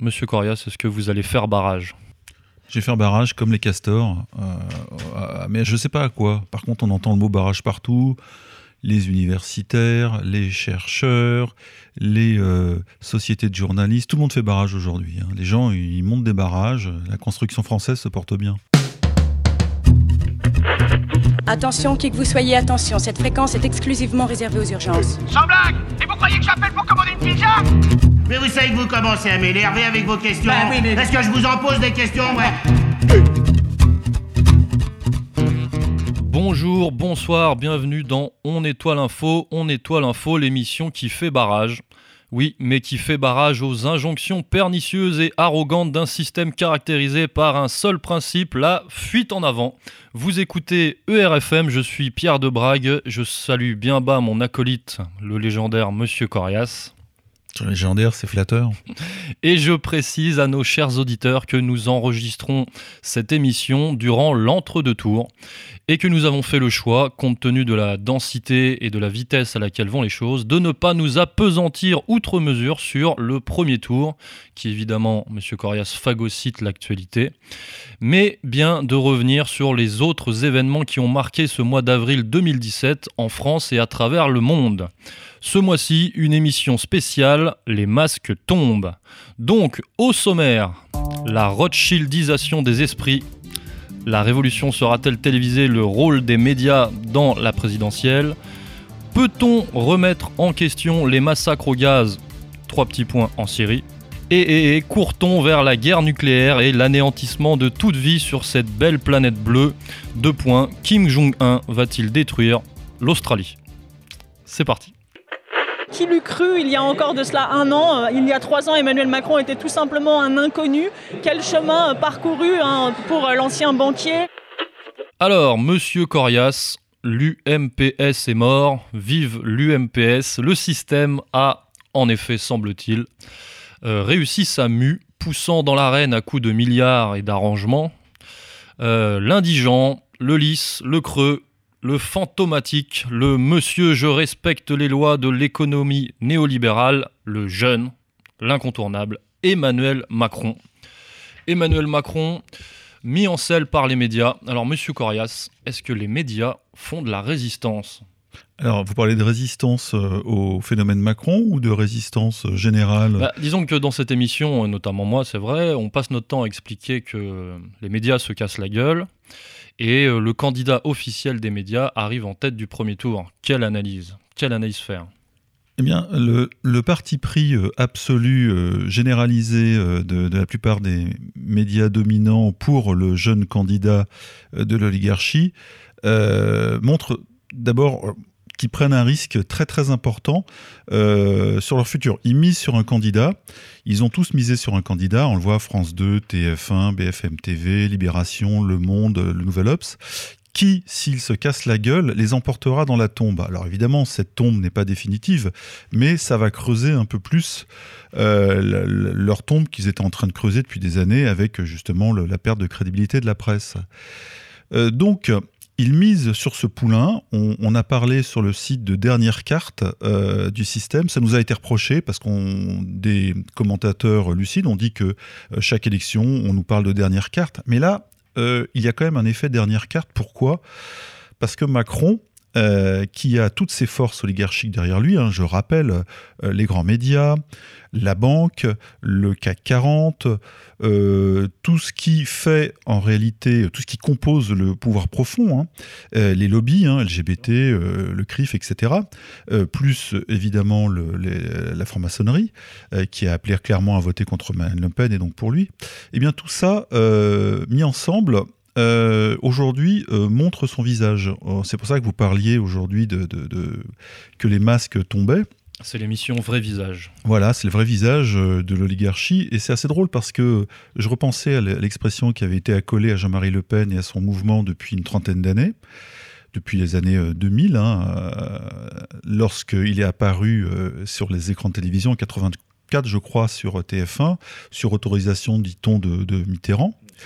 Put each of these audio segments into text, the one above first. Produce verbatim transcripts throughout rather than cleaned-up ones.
Monsieur Corias, est-ce que vous allez faire barrage ? Je vais faire barrage comme les castors, euh, euh, mais je ne sais pas à quoi. Par contre, on entend le mot barrage partout. Les universitaires, les chercheurs, les euh, sociétés de journalistes, tout le monde fait barrage aujourd'hui. Hein. Les gens, ils montent des barrages. La construction française se porte bien. Attention, qui que vous soyez, attention, cette fréquence est exclusivement réservée aux urgences. Sans blague! Et vous croyez que j'appelle pour commander une pizza? Mais vous savez que vous commencez à m'énerver avec vos questions. Bah oui, mais... Est-ce que je vous en pose des questions, ouais? Bonjour, bonsoir, bienvenue dans On Étoile Info. On Étoile Info, l'émission qui fait barrage. Oui, mais qui fait barrage aux injonctions pernicieuses et arrogantes d'un système caractérisé par un seul principe, la fuite en avant. Vous écoutez E R F M, je suis Pierre de Brague, je salue bien bas mon acolyte, le légendaire Monsieur Corias. Le légendaire, c'est flatteur. Et je précise à nos chers auditeurs que nous enregistrons cette émission durant l'entre-deux-tours et que nous avons fait le choix, compte tenu de la densité et de la vitesse à laquelle vont les choses, de ne pas nous appesantir outre mesure sur le premier tour, qui évidemment, Monsieur Corias, phagocyte l'actualité, mais bien de revenir sur les autres événements qui ont marqué ce mois d'avril deux mille dix-sept en France et à travers le monde. Ce mois-ci, une émission spéciale, les masques tombent. Donc, au sommaire, la Rothschildisation des esprits. La révolution sera-t-elle télévisée, le rôle des médias dans la présidentielle ? Peut-on remettre en question les massacres au gaz ? Trois petits points en Syrie. Et, et, et court-on vers la guerre nucléaire et l'anéantissement de toute vie sur cette belle planète bleue ? Deux points, Kim Jong-un va-t-il détruire l'Australie ? C'est parti. Qui l'eût cru il y a encore de cela un an, il y a trois ans, Emmanuel Macron était tout simplement un inconnu. Quel chemin parcouru hein, pour l'ancien banquier ? Alors, Monsieur Corias, l'U M P S est mort, vive l'U M P S. Le système a, en effet, semble-t-il, euh, réussi sa mue, poussant dans l'arène à coups de milliards et d'arrangements euh, l'indigent, le lisse, le creux, le fantomatique, le monsieur je respecte les lois de l'économie néolibérale, le jeune, l'incontournable, Emmanuel Macron. Emmanuel Macron, mis en selle par les médias. Alors, Monsieur Corias, est-ce que les médias font de la résistance ? Alors, vous parlez de résistance au phénomène Macron ou de résistance générale ? bah, Disons que dans cette émission, notamment moi, c'est vrai, on passe notre temps à expliquer que les médias se cassent la gueule. Et euh, le candidat officiel des médias arrive en tête du premier tour. Quelle analyse ? Quelle analyse faire ? Eh bien, le, le parti pris euh, absolu, euh, généralisé euh, de, de la plupart des médias dominants pour le jeune candidat euh, de l'oligarchie euh, montre d'abord euh, qu'ils prennent un risque très très important euh, sur leur futur. Ils misent sur un candidat, ils ont tous misé sur un candidat, on le voit France deux, T F un, B F M T V, Libération, Le Monde, Le Nouvel Obs, qui, s'il se casse la gueule, les emportera dans la tombe. Alors évidemment, cette tombe n'est pas définitive, mais ça va creuser un peu plus euh, leur tombe qu'ils étaient en train de creuser depuis des années avec justement le, la perte de crédibilité de la presse. Euh, donc, ils misent sur ce poulain. On, on a parlé sur le site de Dernière Carte euh, du système. Ça nous a été reproché parce qu'on des commentateurs lucides ont dit que euh, chaque élection, on nous parle de Dernière Carte. Mais là, euh, il y a quand même un effet Dernière Carte. Pourquoi ? Parce que Macron, euh, qui a toutes ses forces oligarchiques derrière lui, hein, je rappelle, euh, les grands médias, la banque, le C A C quarante, euh, tout ce qui fait en réalité, tout ce qui compose le pouvoir profond, hein, euh, les lobbies, hein, L G B T, euh, le C R I F, et cetera, euh, plus évidemment le, les, la franc-maçonnerie, euh, qui a appelé clairement à voter contre Marine Le Pen et donc pour lui, et bien tout ça euh, mis ensemble, Euh, aujourd'hui euh, montre son visage. C'est pour ça que vous parliez aujourd'hui de, de, de, que les masques tombaient. C'est l'émission Vrai Visage. Voilà, c'est le vrai visage de l'oligarchie. Et c'est assez drôle parce que je repensais à l'expression qui avait été accolée à Jean-Marie Le Pen et à son mouvement depuis une trentaine d'années, depuis les années deux mille, hein, euh, lorsqu'il est apparu euh, sur les écrans de télévision en quatre-vingt-quatre, je crois, sur T F un, sur autorisation, dit-on, de, de Mitterrand.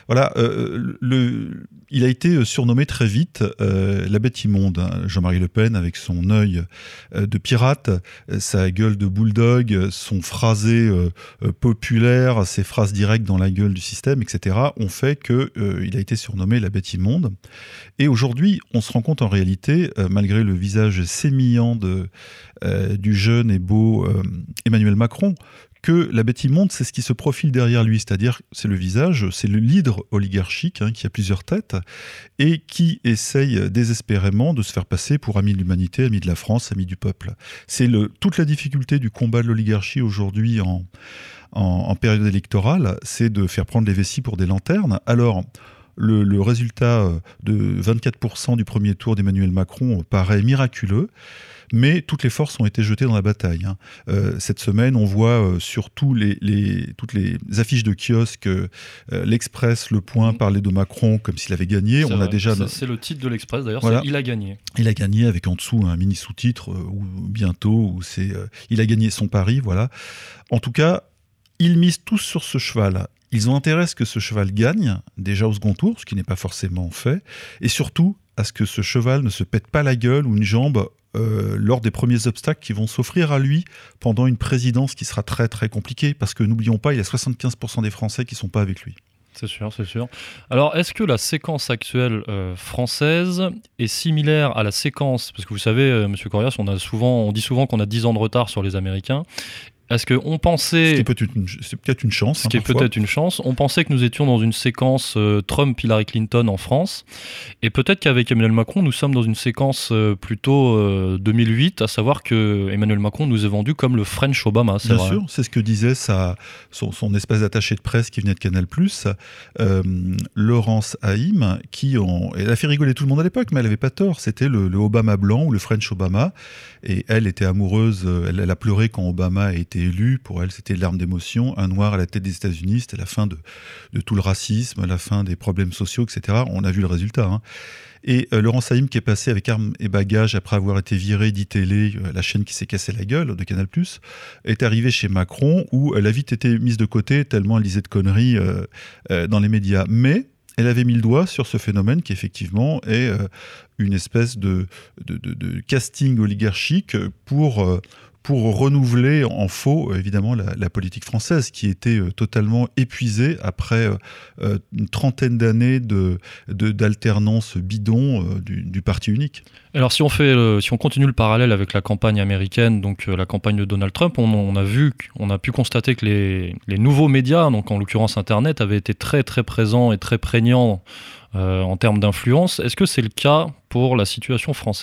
Voilà, euh, le, il a été surnommé très vite euh, la bête immonde. Hein. Jean-Marie Le Pen, avec son œil euh, de pirate, euh, sa gueule de bulldog, son phrasé euh, euh, populaire, ses phrases directes dans la gueule du système, et cetera, ont fait qu'il euh, a été surnommé la bête immonde. Et aujourd'hui, on se rend compte en réalité, euh, malgré le visage sémillant de, euh, du jeune et beau euh, Emmanuel Macron, que la bête immonde, c'est ce qui se profile derrière lui, c'est-à-dire c'est le visage, c'est le leader oligarchique hein, qui a plusieurs têtes et qui essaye désespérément de se faire passer pour ami de l'humanité, ami de la France, ami du peuple. C'est le, toute la difficulté du combat de l'oligarchie aujourd'hui en, en, en période électorale, c'est de faire prendre les vessies pour des lanternes. Alors, le, le résultat de vingt-quatre pour cent du premier tour d'Emmanuel Macron paraît miraculeux. Mais toutes les forces ont été jetées dans la bataille. Hein. Euh, cette semaine, on voit euh, sur tous les, les, toutes les affiches de kiosques, euh, l'Express, Le Point, mmh. parler de Macron comme s'il avait gagné. C'est, on a déjà... c'est, c'est le titre de l'Express d'ailleurs, voilà. c'est Il a gagné. Il a gagné avec en dessous un mini sous-titre, euh, ou bientôt, où c'est euh, Il a gagné son pari, voilà. En tout cas, ils misent tous sur ce cheval. Ils ont intérêt à ce que ce cheval gagne, déjà au second tour, ce qui n'est pas forcément fait, et surtout à ce que ce cheval ne se pète pas la gueule ou une jambe Euh, lors des premiers obstacles qui vont s'offrir à lui pendant une présidence qui sera très très compliquée, parce que n'oublions pas, il y a soixante-quinze pour cent des Français qui ne sont pas avec lui. C'est sûr, c'est sûr. Alors, est-ce que la séquence actuelle euh, française est similaire à la séquence, parce que vous savez, euh, Monsieur Corias, on, a souvent, on dit souvent qu'on a dix ans de retard sur les Américains. Est-ce qu'on pensait... Ce qui est peut-être une, c'est peut-être une chance. Ce qui hein, est peut-être une chance. On pensait que nous étions dans une séquence euh, Trump-Hillary Clinton en France. Et peut-être qu'avec Emmanuel Macron, nous sommes dans une séquence euh, plutôt euh, deux mille huit, à savoir que Emmanuel Macron nous est vendu comme le French Obama. C'est Bien vrai. sûr, c'est ce que disait sa, son, son espèce d'attaché de presse qui venait de Canal+, euh, Laurence Haïm, qui en, elle a fait rigoler tout le monde à l'époque, mais elle n'avait pas tort. C'était le, le Obama blanc ou le French Obama. Et elle était amoureuse, elle, elle a pleuré quand Obama a été élu. Pour elle, c'était l'arme d'émotion. Un noir à la tête des États-Unis, c'était la fin de, de tout le racisme, la fin des problèmes sociaux, et cetera. On a vu le résultat. Hein. Et euh, Laurence Haïm, qui est passé avec armes et bagages après avoir été viré d'I-Télé, euh, la chaîne qui s'est cassée la gueule de Canal+, est arrivée chez Macron, où elle a vite été mise de côté, tellement elle disait de conneries euh, euh, dans les médias. Mais elle avait mis le doigt sur ce phénomène qui, effectivement, est euh, une espèce de, de, de, de casting oligarchique pour... Euh, pour renouveler en faux, évidemment, la, la politique française, qui était euh, totalement épuisée après euh, une trentaine d'années de, de, d'alternance bidon euh, du, du parti unique. Alors, si on, fait, euh, si on continue le parallèle avec la campagne américaine, donc euh, la campagne de Donald Trump, on, on, a vu, on a pu constater que les, les nouveaux médias, donc en l'occurrence Internet, avaient été très très présents et très prégnants euh, en termes d'influence. Est-ce que c'est le cas pour la situation française ?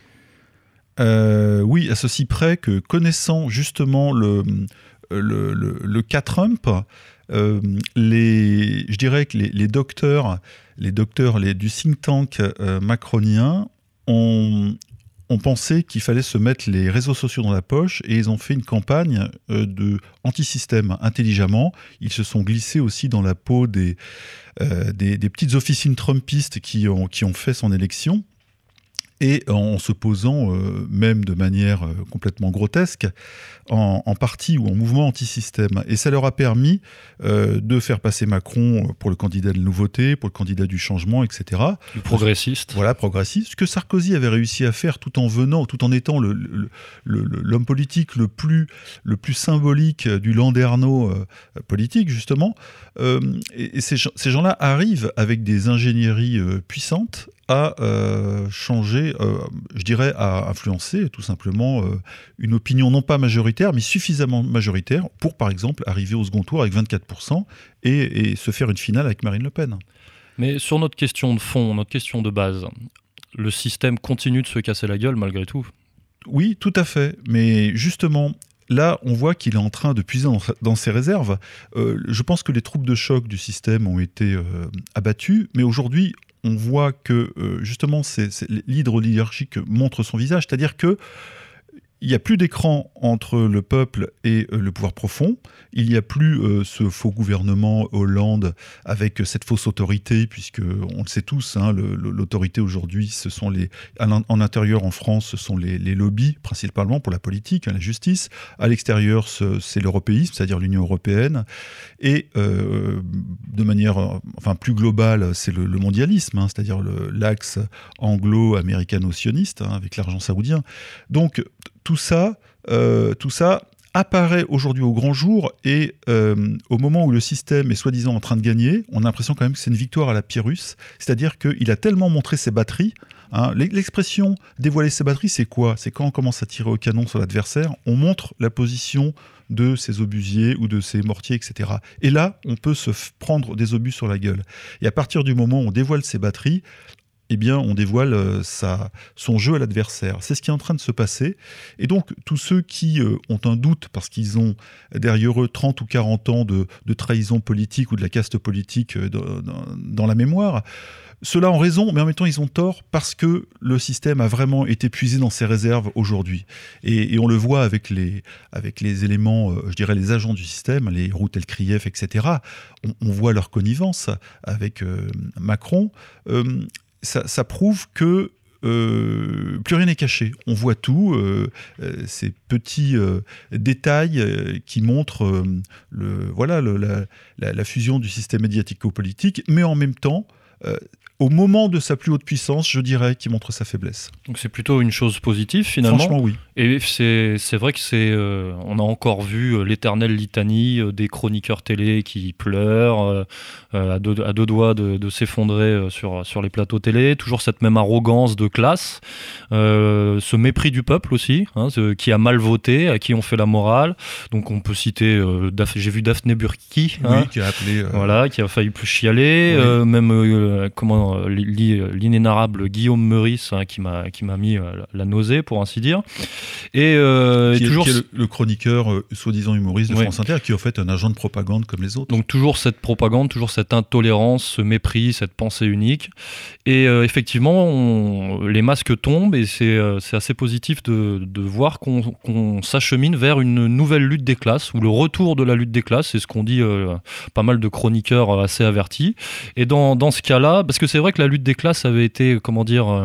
Euh, oui, à ceci près que, connaissant justement le, le, le, le cas Trump, euh, les, je dirais que les, les docteurs, les docteurs les, du think tank euh, macronien ont, ont pensé qu'il fallait se mettre les réseaux sociaux dans la poche, et ils ont fait une campagne euh, de anti-système intelligemment. Ils se sont glissés aussi dans la peau des, euh, des, des petites officines trumpistes qui ont, qui ont fait son élection. Et en se posant, euh, même de manière euh, complètement grotesque, en, en parti ou en mouvement anti-système. Et ça leur a permis euh, de faire passer Macron pour le candidat de la nouveauté, pour le candidat du changement, et cetera. Du progressiste. Voilà, progressiste. Ce que Sarkozy avait réussi à faire tout en venant, tout en étant le, le, le, l'homme politique le plus, le plus symbolique du Landerneau euh, politique, justement. Euh, et et ces, ces gens-là arrivent avec des ingénieries euh, puissantes à euh, changer, euh, je dirais à influencer tout simplement euh, une opinion non pas majoritaire, mais suffisamment majoritaire pour, par exemple, arriver au second tour avec vingt-quatre pour cent et, et se faire une finale avec Marine Le Pen. Mais sur notre question de fond, notre question de base, le système continue de se casser la gueule malgré tout. Oui, tout à fait. Mais justement, là, on voit qu'il est en train de puiser dans, dans ses réserves. Euh, je pense que les troupes de choc du système ont été euh, abattues, mais aujourd'hui, on voit que, euh, justement, c'est, c'est, l'hydre oligarchique montre son visage, c'est-à-dire que il n'y a plus d'écran entre le peuple et euh, le pouvoir profond. Il n'y a plus euh, ce faux gouvernement Hollande avec euh, cette fausse autorité, puisque on le sait tous, hein, le, le, l'autorité aujourd'hui, ce sont les, en intérieur en France, ce sont les, les lobbies principalement pour la politique, hein, la justice. À l'extérieur, ce, c'est l'européisme, c'est-à-dire l'Union européenne. Et euh, de manière, enfin plus globale, c'est le, le mondialisme, hein, c'est-à-dire le, l'axe anglo-américano-sioniste, hein, avec l'argent saoudien. Donc tout ça, euh, tout ça apparaît aujourd'hui au grand jour, et euh, au moment où le système est soi-disant en train de gagner, on a l'impression quand même que c'est une victoire à la Pyrrhus, c'est-à-dire qu'il a tellement montré ses batteries. Hein, l'expression dévoiler ses batteries, c'est quoi ? C'est quand on commence à tirer au canon sur l'adversaire, on montre la position de ses obusiers ou de ses mortiers, et cetera. Et là, on peut se f- prendre des obus sur la gueule. Et à partir du moment où on dévoile ses batteries, eh bien, on dévoile euh, sa, son jeu à l'adversaire. C'est ce qui est en train de se passer. Et donc, tous ceux qui euh, ont un doute parce qu'ils ont derrière eux trente ou quarante ans de, de trahison politique ou de la caste politique euh, dans, dans, dans la mémoire, ceux-là ont raison, mais en même temps, ils ont tort parce que le système a vraiment été puisé dans ses réserves aujourd'hui. Et, et on le voit avec les, avec les éléments, euh, je dirais, les agents du système, les Routel-Krief, et cetera. On, on voit leur connivence avec euh, Macron. Euh, Ça, ça prouve que euh, plus rien n'est caché. On voit tout, euh, euh, ces petits euh, détails euh, qui montrent euh, le, voilà, le, la, la, la fusion du système médiatico-politique, mais en même temps, euh, au moment de sa plus haute puissance, je dirais qu'il montre sa faiblesse. Donc c'est plutôt une chose positive finalement. Franchement, oui. Et c'est, c'est vrai que c'est, euh, on a encore vu euh, l'éternelle litanie euh, des chroniqueurs télé qui pleurent euh, euh, à, deux, à deux doigts de, de s'effondrer euh, sur, sur les plateaux télé. Toujours cette même arrogance de classe, euh, ce mépris du peuple aussi, hein, ce, qui a mal voté, à qui on fait la morale. Donc on peut citer, euh, Daph- j'ai vu Daphné Burki, Oui, hein, qui a appelé... Euh... voilà, qui a failli plus chialer. Oui. Euh, même euh, comment l'inénarrable Guillaume Meurice, hein, qui m'a qui m'a mis euh, la nausée, pour ainsi dire. Et, euh, qui, et est, toujours qui est le, le chroniqueur euh, soi-disant humoriste de ouais. France Inter, qui est en fait un agent de propagande comme les autres. Donc toujours cette propagande, toujours cette intolérance, ce mépris, cette pensée unique. Et euh, effectivement, on, les masques tombent, et c'est, euh, c'est assez positif de, de voir qu'on, qu'on s'achemine vers une nouvelle lutte des classes, ou le retour de la lutte des classes, c'est ce qu'on dit euh, pas mal de chroniqueurs assez avertis. Et dans, dans ce cas-là, parce que c'est vrai que la lutte des classes avait été, comment dire... Euh,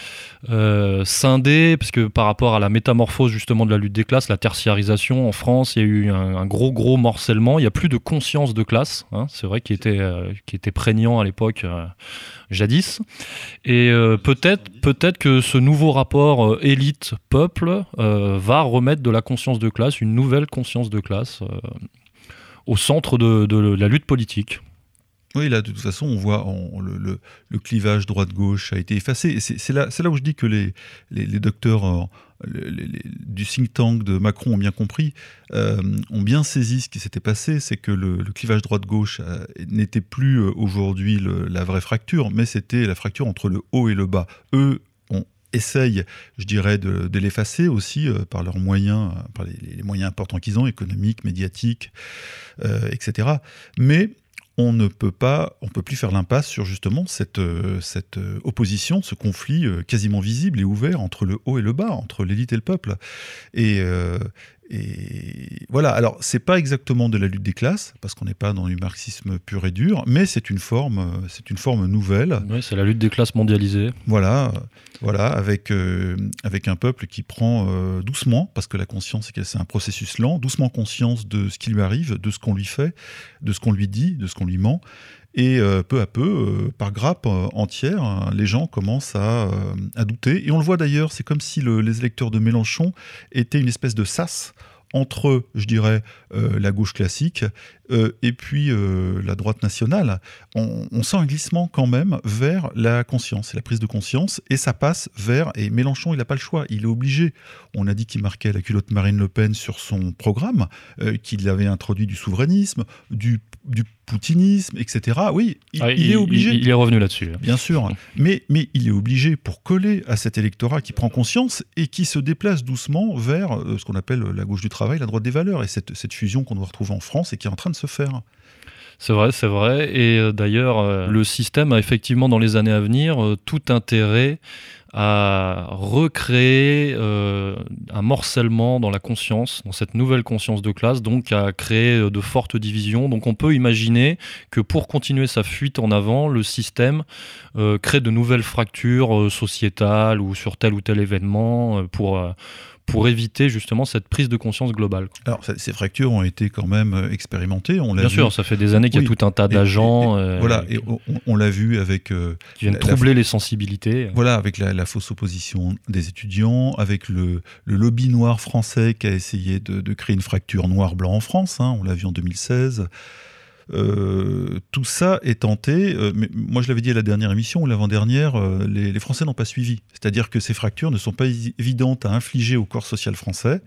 Euh, scindé, parce que par rapport à la métamorphose justement de la lutte des classes, la tertiarisation en France, il y a eu un, un gros gros morcellement, il n'y a plus de conscience de classe, hein, c'est vrai, qui était, euh, qui était prégnant à l'époque, euh, jadis, et euh, peut-être, peut-être que ce nouveau rapport euh, élite-peuple euh, va remettre de la conscience de classe, une nouvelle conscience de classe euh, au centre de, de la lutte politique. Oui, là, de toute façon, on voit on, le, le, le clivage droite-gauche a été effacé. Et c'est, c'est, là, c'est là où je dis que les, les, les docteurs euh, les, les, du think tank de Macron ont bien compris, euh, ont bien saisi ce qui s'était passé. C'est que le, le clivage droite-gauche euh, n'était plus euh, aujourd'hui le, la vraie fracture, mais c'était la fracture entre le haut et le bas. Eux, on essaye, je dirais, de, de l'effacer aussi euh, par leurs moyens, euh, par les, les moyens importants qu'ils ont, économiques, médiatiques, euh, et cetera. Mais on ne peut pas, on peut plus faire l'impasse sur justement cette, euh, cette euh, opposition, ce conflit euh, quasiment visible et ouvert entre le haut et le bas, entre l'élite et le peuple. Et, euh, et voilà, alors c'est pas exactement de la lutte des classes, parce qu'on n'est pas dans du marxisme pur et dur, mais c'est une forme, c'est une forme nouvelle. Oui, c'est la lutte des classes mondialisée. Voilà, voilà, avec, euh, avec un peuple qui prend euh, doucement, parce que la conscience, c'est un processus lent, doucement conscience de ce qui lui arrive, de ce qu'on lui fait, de ce qu'on lui dit, de ce qu'on lui ment. Et euh, peu à peu, euh, par grappe euh, entière, hein, les gens commencent à, euh, à douter. Et on le voit d'ailleurs, c'est comme si le, les électeurs de Mélenchon étaient une espèce de sas entre, je dirais, euh, la gauche classique euh, et puis euh, la droite nationale. On, on sent un glissement quand même vers la conscience, la prise de conscience, et ça passe vers... Et Mélenchon, il n'a pas le choix, il est obligé. On a dit qu'il marquait la culotte Marine Le Pen sur son programme, euh, qu'il avait introduit du souverainisme, du, du poutinisme, et cetera. Oui, il, ah, il, il est obligé. Il, il est revenu là-dessus. Bien sûr, mais, mais il est obligé pour coller à cet électorat qui prend conscience et qui se déplace doucement vers euh, ce qu'on appelle la gauche du travail, la droite des valeurs, et cette, cette fusion qu'on doit retrouver en France et qui est en train de se faire. C'est vrai, c'est vrai. Et euh, d'ailleurs, euh, le système a effectivement, dans les années à venir, euh, tout intérêt à recréer euh, un morcellement dans la conscience, dans cette nouvelle conscience de classe, donc à créer de fortes divisions. Donc on peut imaginer que pour continuer sa fuite en avant, le système euh, crée de nouvelles fractures euh, sociétales ou sur tel ou tel événement euh, pour... Euh, pour éviter justement cette prise de conscience globale. Alors, ça, ces fractures ont été quand même expérimentées. On l'a Bien vu. sûr, ça fait des années qu'il y a oui. tout un tas Et, d'agents... et, et, euh, voilà, et on, on l'a vu avec... Euh, qui viennent la, troubler la, les sensibilités. Voilà, avec la, la fausse opposition des étudiants, avec le, le lobby noir français qui a essayé de, de créer une fracture noir-blanc en France, hein, on l'a vu en deux mille seize. Euh, tout ça est tenté, euh, mais moi je l'avais dit à la dernière émission ou l'avant-dernière, euh, les, les Français n'ont pas suivi. C'est-à-dire que ces fractures ne sont pas évidentes à infliger au corps social français,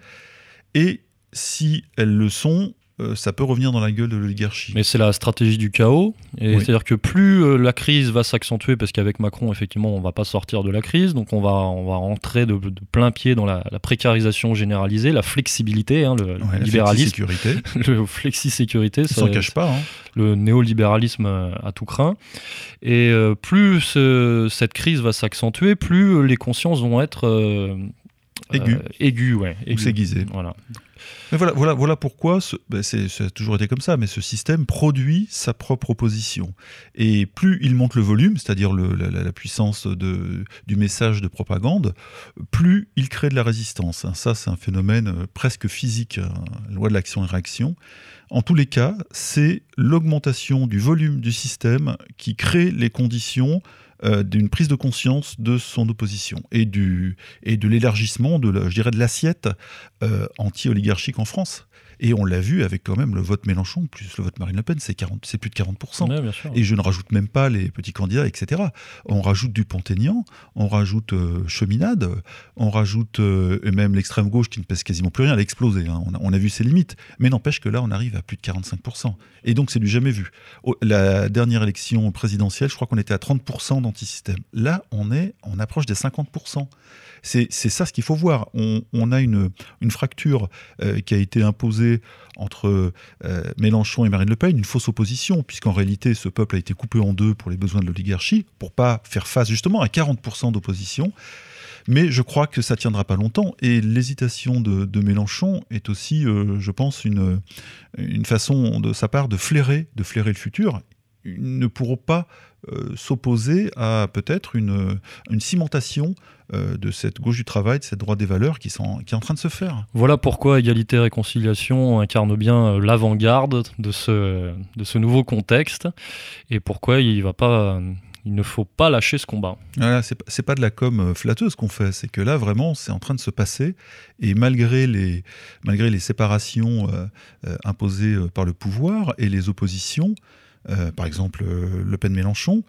et si elles le sont, euh, ça peut revenir dans la gueule de l'oligarchie. Mais c'est la stratégie du chaos, et Oui. c'est-à-dire que plus euh, la crise va s'accentuer, parce qu'avec Macron, effectivement, on ne va pas sortir de la crise, donc on va, on va rentrer de, de plein pied dans la, la précarisation généralisée, la flexibilité, hein, le, Ouais, le libéralisme, la flexi-sécurité, le flexi-sécurité, ils ça- s'en cachent pas. Hein. le néolibéralisme euh, à tout craint. Et euh, plus ce- cette crise va s'accentuer, plus euh, les consciences vont être euh, Aiguës. euh, aiguës, ouais, Ou aiguës. s'aiguiser. Voilà. Mais voilà, voilà, voilà pourquoi, ce, ben c'est, ça a toujours été comme ça, mais ce système produit sa propre opposition. Et plus il monte le volume, c'est-à-dire le, la, la puissance de, du message de propagande, plus il crée de la résistance. Ça, c'est un phénomène presque physique, hein, loi de l'action et réaction. En tous les cas, c'est l'augmentation du volume du système qui crée les conditions euh, d'une prise de conscience de son opposition et, du, et de l'élargissement, de la, je dirais, de l'assiette euh, anti-oligarchique en France. Et on l'a vu avec quand même le vote Mélenchon, plus le vote Marine Le Pen, c'est, quarante, c'est plus de quarante pour cent. Ouais, bien sûr. Et je ne rajoute même pas les petits candidats, et cetera. On rajoute Dupont-Aignan, on rajoute euh, Cheminade, on rajoute euh, et même l'extrême gauche qui ne pèse quasiment plus rien, elle a explosé, hein. on, a, on a vu ses limites. Mais n'empêche que là, on arrive à plus de quarante-cinq pour cent. Et donc, c'est du jamais vu. Au, la dernière élection présidentielle, je crois qu'on était à trente pour cent d'antisystème. Là, on, est, on approche des cinquante pour cent. C'est, c'est ça ce qu'il faut voir. On, on a une, une fracture euh, qui a été imposée entre euh, Mélenchon et Marine Le Pen, une fausse opposition, puisqu'en réalité, ce peuple a été coupé en deux pour les besoins de l'oligarchie, pour pas faire face justement à quarante pour cent d'opposition. Mais je crois que ça tiendra pas longtemps. Et l'hésitation de, de Mélenchon est aussi, euh, je pense, une, une façon de sa part de flairer, de flairer le futur. Ils ne pourront pas euh, s'opposer à peut-être une, une cimentation euh, de cette gauche du travail, de cette droite des valeurs qui, sont, qui est en train de se faire. Voilà pourquoi Égalité et Réconciliation incarne bien l'avant-garde de ce, de ce nouveau contexte, et pourquoi il va pas... Il ne faut pas lâcher ce combat. Voilà, c'est, c'est pas de la com flatteuse qu'on fait, c'est que là, vraiment, c'est en train de se passer. Et malgré les, malgré les séparations euh, euh, imposées par le pouvoir et les oppositions, euh, par exemple euh, Le Pen-Mélenchon,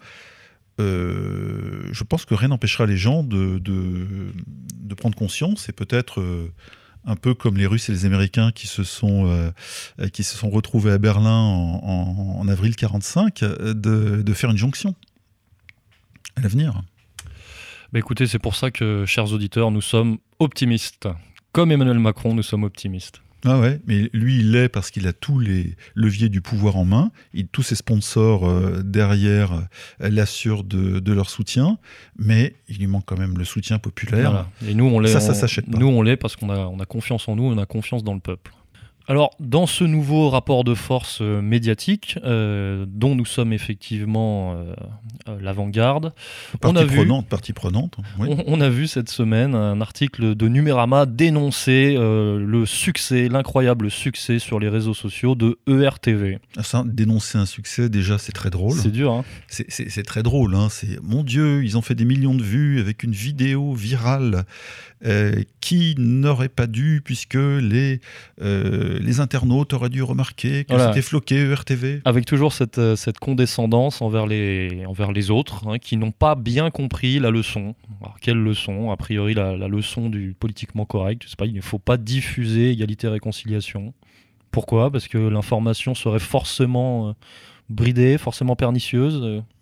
euh, je pense que rien n'empêchera les gens de, de, de prendre conscience et peut-être... Euh, un peu comme les Russes et les Américains qui se sont, euh, qui se sont retrouvés à Berlin en, en, en avril quarante-cinq, de, de faire une jonction à l'avenir. Bah écoutez, c'est pour ça que, chers auditeurs, nous sommes optimistes. Comme Emmanuel Macron, nous sommes optimistes. Ah ouais, mais lui, il l'est parce qu'il a tous les leviers du pouvoir en main. Il, tous ses sponsors euh, derrière euh, l'assurent de, de leur soutien, mais il lui manque quand même le soutien populaire. Voilà. Et nous, on l'est. Ça, ça on- s'achète pas. Nous, on l'est parce qu'on a, on a confiance en nous, on a confiance dans le peuple. Alors, dans ce nouveau rapport de force euh, médiatique, euh, dont nous sommes effectivement euh, euh, l'avant-garde, on Partie a vu... prenante, partie prenante. Oui. On, on a vu cette semaine un article de Numérama dénoncer euh, le succès, l'incroyable succès sur les réseaux sociaux de E R T V. Ça, dénoncer un succès, déjà, c'est très drôle. C'est dur, hein. C'est, c'est, c'est très drôle. Hein. C'est, mon Dieu, ils ont fait des millions de vues avec une vidéo virale euh, qui n'aurait pas dû, puisque les, euh, les internautes auraient dû remarquer que Voilà. c'était floqué E R T V. Avec toujours cette, euh, cette condescendance envers les, envers les autres, hein, qui n'ont pas bien compris la leçon. Alors, quelle leçon? A priori, la, la leçon du politiquement correct. Je sais pas, il ne faut pas diffuser égalité et réconciliation. Pourquoi? Parce que l'information serait forcément euh, bridée, forcément pernicieuse. euh.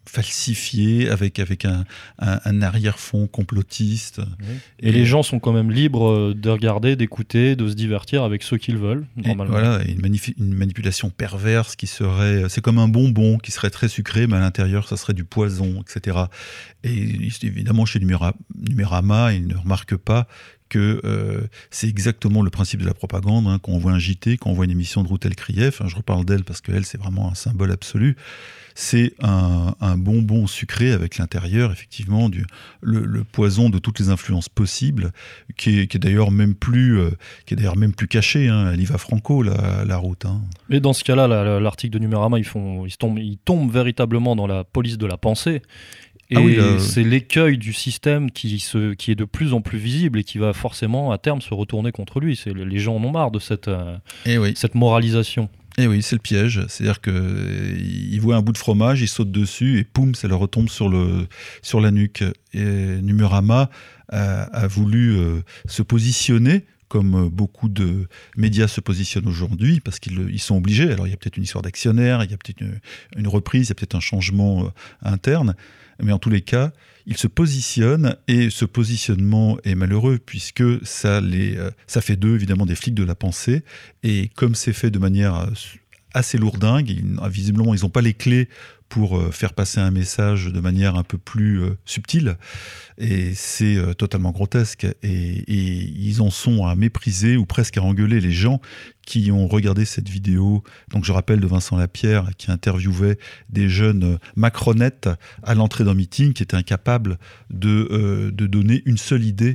falsifié, avec, avec un, un, un arrière-fond complotiste. Oui. Et, et les gens sont quand même libres de regarder, d'écouter, de se divertir avec ceux qu'ils veulent, normalement. Et voilà, une, manif- une manipulation perverse qui serait... C'est comme un bonbon qui serait très sucré, mais à l'intérieur, ça serait du poison, et cetera. Et évidemment, chez Numéra- Numérama, ils ne remarquent pas que euh, c'est exactement le principe de la propagande, hein, quand on voit un J T, quand on voit une émission de Routel Krief, hein, je reparle d'elle parce qu'elle, c'est vraiment un symbole absolu, c'est un, un bonbon sucré avec l'intérieur, effectivement, du, le, le poison de toutes les influences possibles, qui est, qui est d'ailleurs même plus, euh, qui est d'ailleurs même plus caché, hein, elle y va franco, la, la route. Hein. Mais dans ce cas-là, la, l'article de Numérama, ils, font, ils, tombent, ils tombent véritablement dans la police de la pensée. Et ah oui, là, c'est l'écueil du système qui, se, qui est de plus en plus visible et qui va forcément à terme se retourner contre lui. C'est, les gens en ont marre de cette, euh, oui. cette moralisation. Et oui, c'est le piège. C'est-à-dire qu'ils voient un bout de fromage, ils sautent dessus et poum, ça leur retombe sur, le, sur la nuque. Et Numérama a, a voulu euh, se positionner comme beaucoup de médias se positionnent aujourd'hui, parce qu'ils ils sont obligés. Alors il y a peut-être une histoire d'actionnaire, il y a peut-être une, une reprise, il y a peut-être un changement euh, interne, mais en tous les cas, ils se positionnent, et ce positionnement est malheureux, puisque ça, les, euh, ça fait d'eux, évidemment, des flics de la pensée, et comme c'est fait de manière assez lourdingue, ils, visiblement, ils n'ont pas les clés pour euh, faire passer un message de manière un peu plus euh, subtile, et c'est euh, totalement grotesque, et, et ils en sont à mépriser ou presque à engueuler les gens qui ont regardé cette vidéo, donc je rappelle, de Vincent Lapierre, qui interviewait des jeunes macronettes à l'entrée d'un meeting, qui étaient incapables de, euh, de donner une seule idée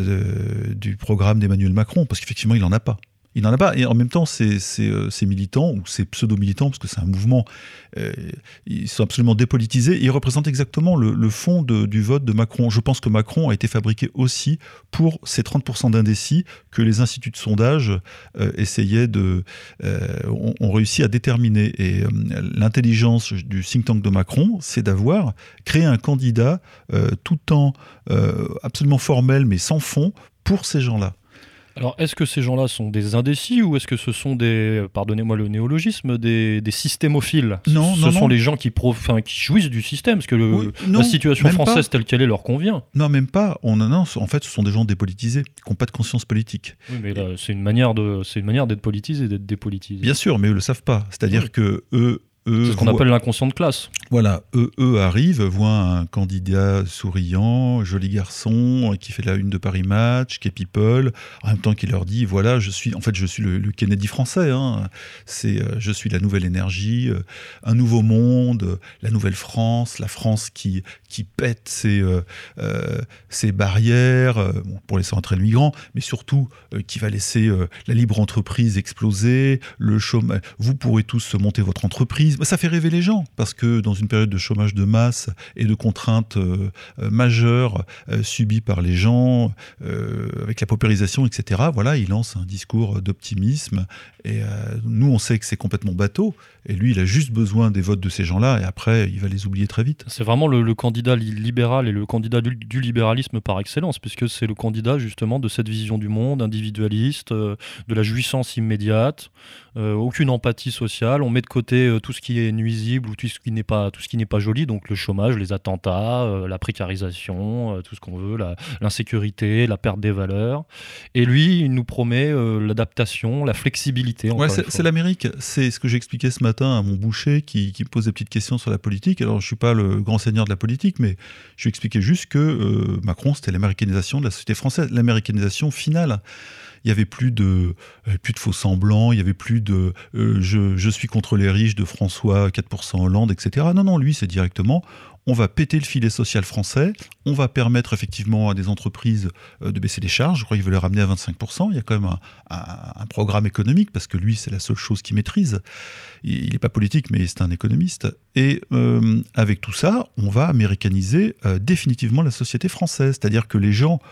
euh, du programme d'Emmanuel Macron, parce qu'effectivement il n'en a pas. Il n'en a pas, et en même temps, ces, ces, ces militants, ou ces pseudo-militants, parce que c'est un mouvement, euh, ils sont absolument dépolitisés, et ils représentent exactement le, le fond de, du vote de Macron. Je pense que Macron a été fabriqué aussi pour ces trente pour cent d'indécis que les instituts de sondage euh, essayaient de... Euh, ont, ont réussi à déterminer. Et euh, l'intelligence du think tank de Macron, c'est d'avoir créé un candidat euh, tout en euh, absolument formel, mais sans fond, pour ces gens-là. Alors, est-ce que ces gens-là sont des indécis, ou est-ce que ce sont des, pardonnez-moi le néologisme, des, des systémophiles ? Non, ce non, sont non. les gens qui, pro, qui jouissent du système, parce que le, oui, non, la situation française pas. telle qu'elle est leur convient. Non, même pas. On, non, en fait, ce sont des gens dépolitisés, qui n'ont pas de conscience politique. Oui, mais là, c'est une manière de, c'est une manière d'être politisé, d'être dépolitisé. Bien sûr, mais eux ne le savent pas. C'est-à-dire oui. que eux... Eux c'est ce qu'on voient... appelle l'inconscient de classe. Voilà, eux, eux arrivent, voient un candidat souriant, joli garçon, qui fait la une de Paris Match, qui est People, en même temps qu'il leur dit, voilà, je suis, en fait, je suis le, le Kennedy français, hein. C'est, euh, je suis la nouvelle énergie, euh, un nouveau monde, euh, la nouvelle France, la France qui, qui pète ses, euh, euh, ses barrières, euh, bon, pour laisser entrer le migrant, mais surtout euh, qui va laisser euh, la libre entreprise exploser, le chômage, vous pourrez tous monter votre entreprise. Ça fait rêver les gens, parce que dans une période de chômage de masse et de contraintes euh, euh, majeures euh, subies par les gens, euh, avec la paupérisation, et cetera, voilà, il lance un discours d'optimisme. Et euh, nous, on sait que c'est complètement bateau. Et lui, il a juste besoin des votes de ces gens-là, et après, il va les oublier très vite. C'est vraiment le, le candidat libéral et le candidat du, du libéralisme par excellence, puisque c'est le candidat justement de cette vision du monde individualiste, euh, de la jouissance immédiate, euh, aucune empathie sociale. On met de côté euh, tout ce qui est nuisible ou tout ce qui n'est pas, tout ce qui n'est pas joli, donc le chômage, les attentats, euh, la précarisation, euh, tout ce qu'on veut, la, l'insécurité, la perte des valeurs. Et lui, il nous promet euh, l'adaptation, la flexibilité. Ouais, c'est, c'est l'Amérique. C'est ce que j'expliquais ce matin à mon boucher qui, qui me pose des petites questions sur la politique. Alors, je ne suis pas le grand seigneur de la politique, mais je lui expliquais juste que euh, Macron, c'était l'américanisation de la société française, l'américanisation finale. Il n'y avait plus de, euh, plus de faux semblants, il n'y avait plus de euh, je, je suis contre les riches de François quatre pour cent Hollande, et cetera. Non, non, lui, c'est directement, on va péter le filet social français, on va permettre effectivement à des entreprises euh, de baisser les charges, je crois qu'il veut les ramener à vingt-cinq pour cent, il y a quand même un, un, un programme économique, parce que lui, c'est la seule chose qu'il maîtrise. Il n'est pas politique, mais c'est un économiste. Et euh, avec tout ça, on va américaniser euh, définitivement la société française, c'est-à-dire que les gens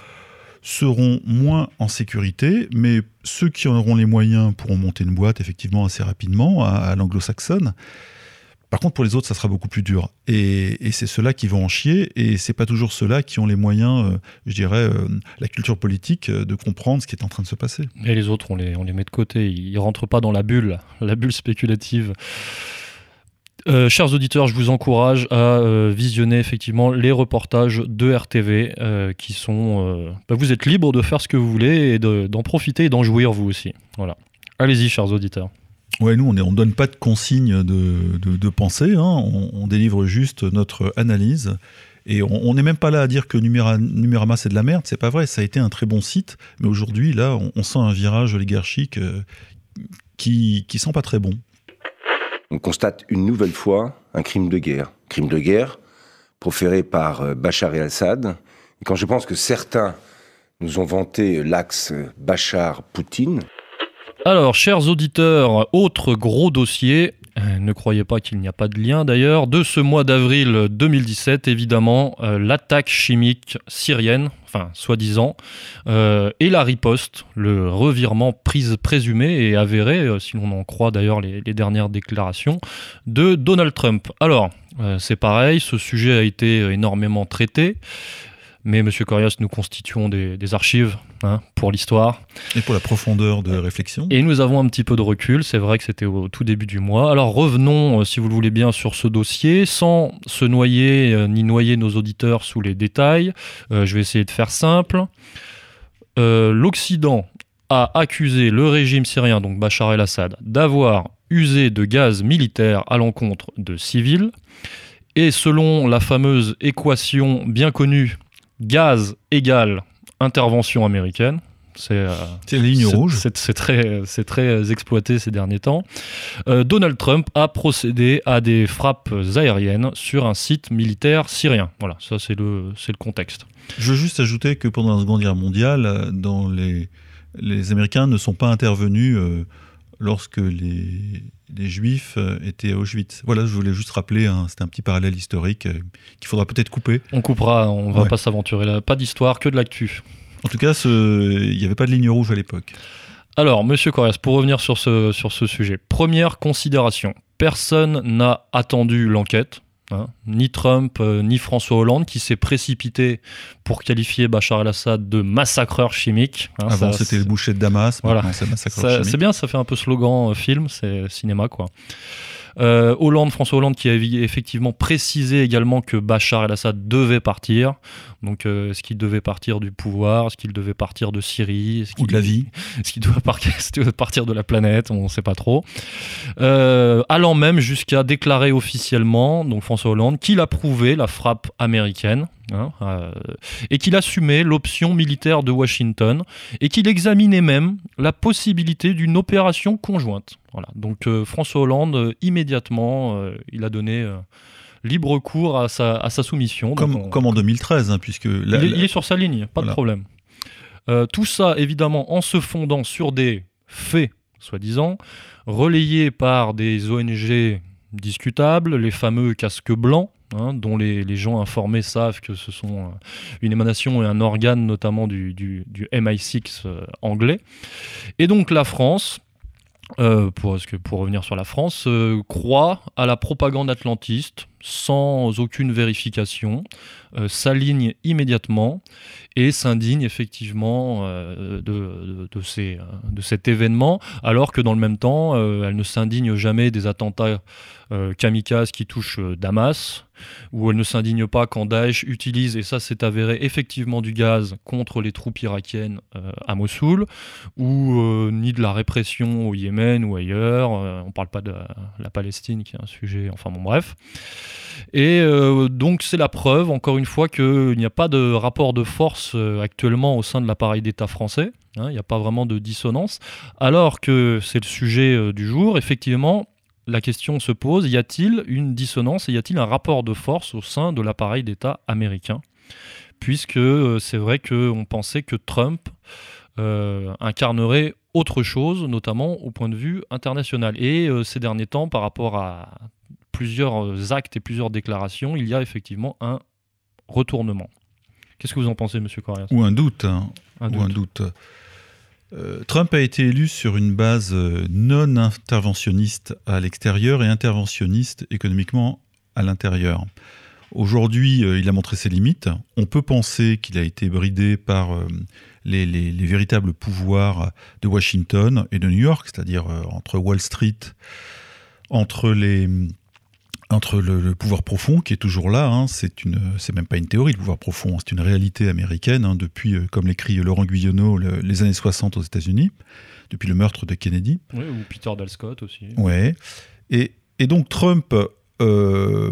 seront moins en sécurité, mais ceux qui en auront les moyens pourront monter une boîte effectivement assez rapidement à, à l'anglo-saxonne. Par contre, pour les autres, ça sera beaucoup plus dur. Et, et c'est ceux-là qui vont en chier, et c'est pas toujours ceux-là qui ont les moyens, euh, je dirais, euh, la culture politique, euh, de comprendre ce qui est en train de se passer. Et les autres, on les, on les met de côté. Ils rentrent pas dans la bulle, la bulle spéculative. Euh, chers auditeurs, je vous encourage à euh, visionner effectivement les reportages de R T V euh, qui sont... Euh, bah vous êtes libres de faire ce que vous voulez et de, d'en profiter et d'en jouir vous aussi. Voilà. Allez-y, chers auditeurs. Ouais, nous, on ne donne pas de consignes de, de, de pensée, hein. on, on délivre juste notre analyse. Et on n'est même pas là à dire que Numéra, Numérama, c'est de la merde. C'est pas vrai, ça a été un très bon site. Mais aujourd'hui, là, on, on sent un virage oligarchique euh, qui ne sent pas très bon. On constate une nouvelle fois un crime de guerre. Crime de guerre proféré par Bachar el-Assad. Et quand je pense que certains nous ont vanté l'axe Bachar-Poutine... Alors, chers auditeurs, autre gros dossier, euh, ne croyez pas qu'il n'y a pas de lien d'ailleurs, de ce mois d'avril deux mille dix-sept, évidemment, euh, l'attaque chimique syrienne, enfin, soi-disant, euh, et la riposte, le revirement prise, présumé et avéré, euh, si l'on en croit d'ailleurs les, les dernières déclarations, de Donald Trump. Alors, euh, c'est pareil, ce sujet a été énormément traité, mais Monsieur Corias, nous constituons des, des archives hein, pour l'histoire. Et pour la profondeur de réflexion. Et nous avons un petit peu de recul, c'est vrai que c'était au tout début du mois. Alors revenons, si vous le voulez bien, sur ce dossier, sans se noyer euh, ni noyer nos auditeurs sous les détails. Euh, je vais essayer de faire simple. Euh, L'Occident a accusé le régime syrien, donc Bachar el-Assad, d'avoir usé de gaz militaire à l'encontre de civils. Et selon la fameuse équation bien connue, gaz égale intervention américaine. C'est, euh, c'est la ligne c'est, rouge. C'est, c'est, très, c'est très exploité ces derniers temps. Euh, Donald Trump a procédé à des frappes aériennes sur un site militaire syrien. Voilà, ça c'est le, c'est le contexte. Je veux juste ajouter que pendant la Seconde Guerre mondiale, dans les, les Américains ne sont pas intervenus euh, lorsque les, les Juifs étaient à Auschwitz. Voilà, je voulais juste rappeler, hein, c'était un petit parallèle historique euh, qu'il faudra peut-être couper. On coupera, on va ouais. pas s'aventurer là. Pas d'histoire, que de l'actu. En tout cas, il n'y avait pas de ligne rouge à l'époque. Alors, Monsieur Corias, pour revenir sur ce, sur ce sujet, première considération, personne n'a attendu l'enquête, hein, ni Trump, euh, ni François Hollande, qui s'est précipité pour qualifier Bachar el-Assad de massacreur chimique. Hein, Avant, ça, c'était le boucher de Damas, voilà. maintenant c'est massacreur ça, chimique. C'est bien, ça fait un peu slogan euh, film, c'est cinéma, quoi. Euh, Hollande, François Hollande, qui a effectivement précisé également que Bachar el-Assad devait partir. Donc, euh, est-ce qu'il devait partir du pouvoir? Est-ce qu'il devait partir de Syrie? Est-ce qu'il... Ou de la vie? Est-ce qu'il doit partir, est-ce qu'il doit partir de la planète? On ne sait pas trop. Euh, allant même jusqu'à déclarer officiellement, donc François Hollande, qu'il approuvait la frappe américaine. Hein, euh, et qu'il assumait l'option militaire de Washington et qu'il examinait même la possibilité d'une opération conjointe. Voilà. Donc euh, François Hollande, euh, immédiatement, euh, il a donné euh, libre cours à sa, à sa soumission. Comme, on, comme en deux mille treize, hein, puisque... La, il, est, la... il est sur sa ligne, pas voilà. de problème. Euh, tout ça, évidemment, en se fondant sur des faits, soi-disant, relayés par des O N G discutables, les fameux casques blancs, Hein, dont les, les gens informés savent que ce sont euh, une émanation et un organe notamment du, du, du M I six euh, anglais. Et donc la France, euh, pour, parce que pour revenir sur la France, euh, croit à la propagande atlantiste sans aucune vérification, euh, s'aligne immédiatement et s'indigne effectivement euh, de, de, de, ces, de cet événement, alors que dans le même temps, euh, elle ne s'indigne jamais des attentats euh, kamikazes qui touchent euh, Damas, où elle ne s'indigne pas quand Daesh utilise, et ça c'est avéré, effectivement du gaz contre les troupes irakiennes euh, à Mossoul, ou euh, ni de la répression au Yémen ou ailleurs, euh, on ne parle pas de la, la Palestine qui est un sujet, enfin bon bref. Et euh, donc c'est la preuve, encore une fois, qu'il n'y a pas de rapport de force euh, actuellement au sein de l'appareil d'État français, hein, il n'y a pas vraiment de dissonance, alors que c'est le sujet euh, du jour, effectivement, la question se pose, y a-t-il une dissonance et y a-t-il un rapport de force au sein de l'appareil d'État américain? Puisque euh, c'est vrai qu'on pensait que Trump euh, incarnerait autre chose, notamment au point de vue international. Et euh, ces derniers temps, par rapport à plusieurs actes et plusieurs déclarations, il y a effectivement un retournement. Qu'est-ce que vous en pensez, M. Corias? Ou un doute. Hein. Un Ou doute. un doute. Euh, Trump a été élu sur une base non interventionniste à l'extérieur et interventionniste économiquement à l'intérieur. Aujourd'hui, euh, il a montré ses limites. On peut penser qu'il a été bridé par euh, les, les, les véritables pouvoirs de Washington et de New York, c'est-à-dire euh, entre Wall Street, entre les, entre le, le pouvoir profond qui est toujours là, hein, c'est une, c'est même pas une théorie, le pouvoir profond, c'est une réalité américaine hein, depuis, euh, comme l'écrit Laurent Guyonneau, le, les années soixante aux États-Unis, depuis le meurtre de Kennedy. Oui, ou Peter Dale Scott aussi. Ouais. Et, et donc Trump euh,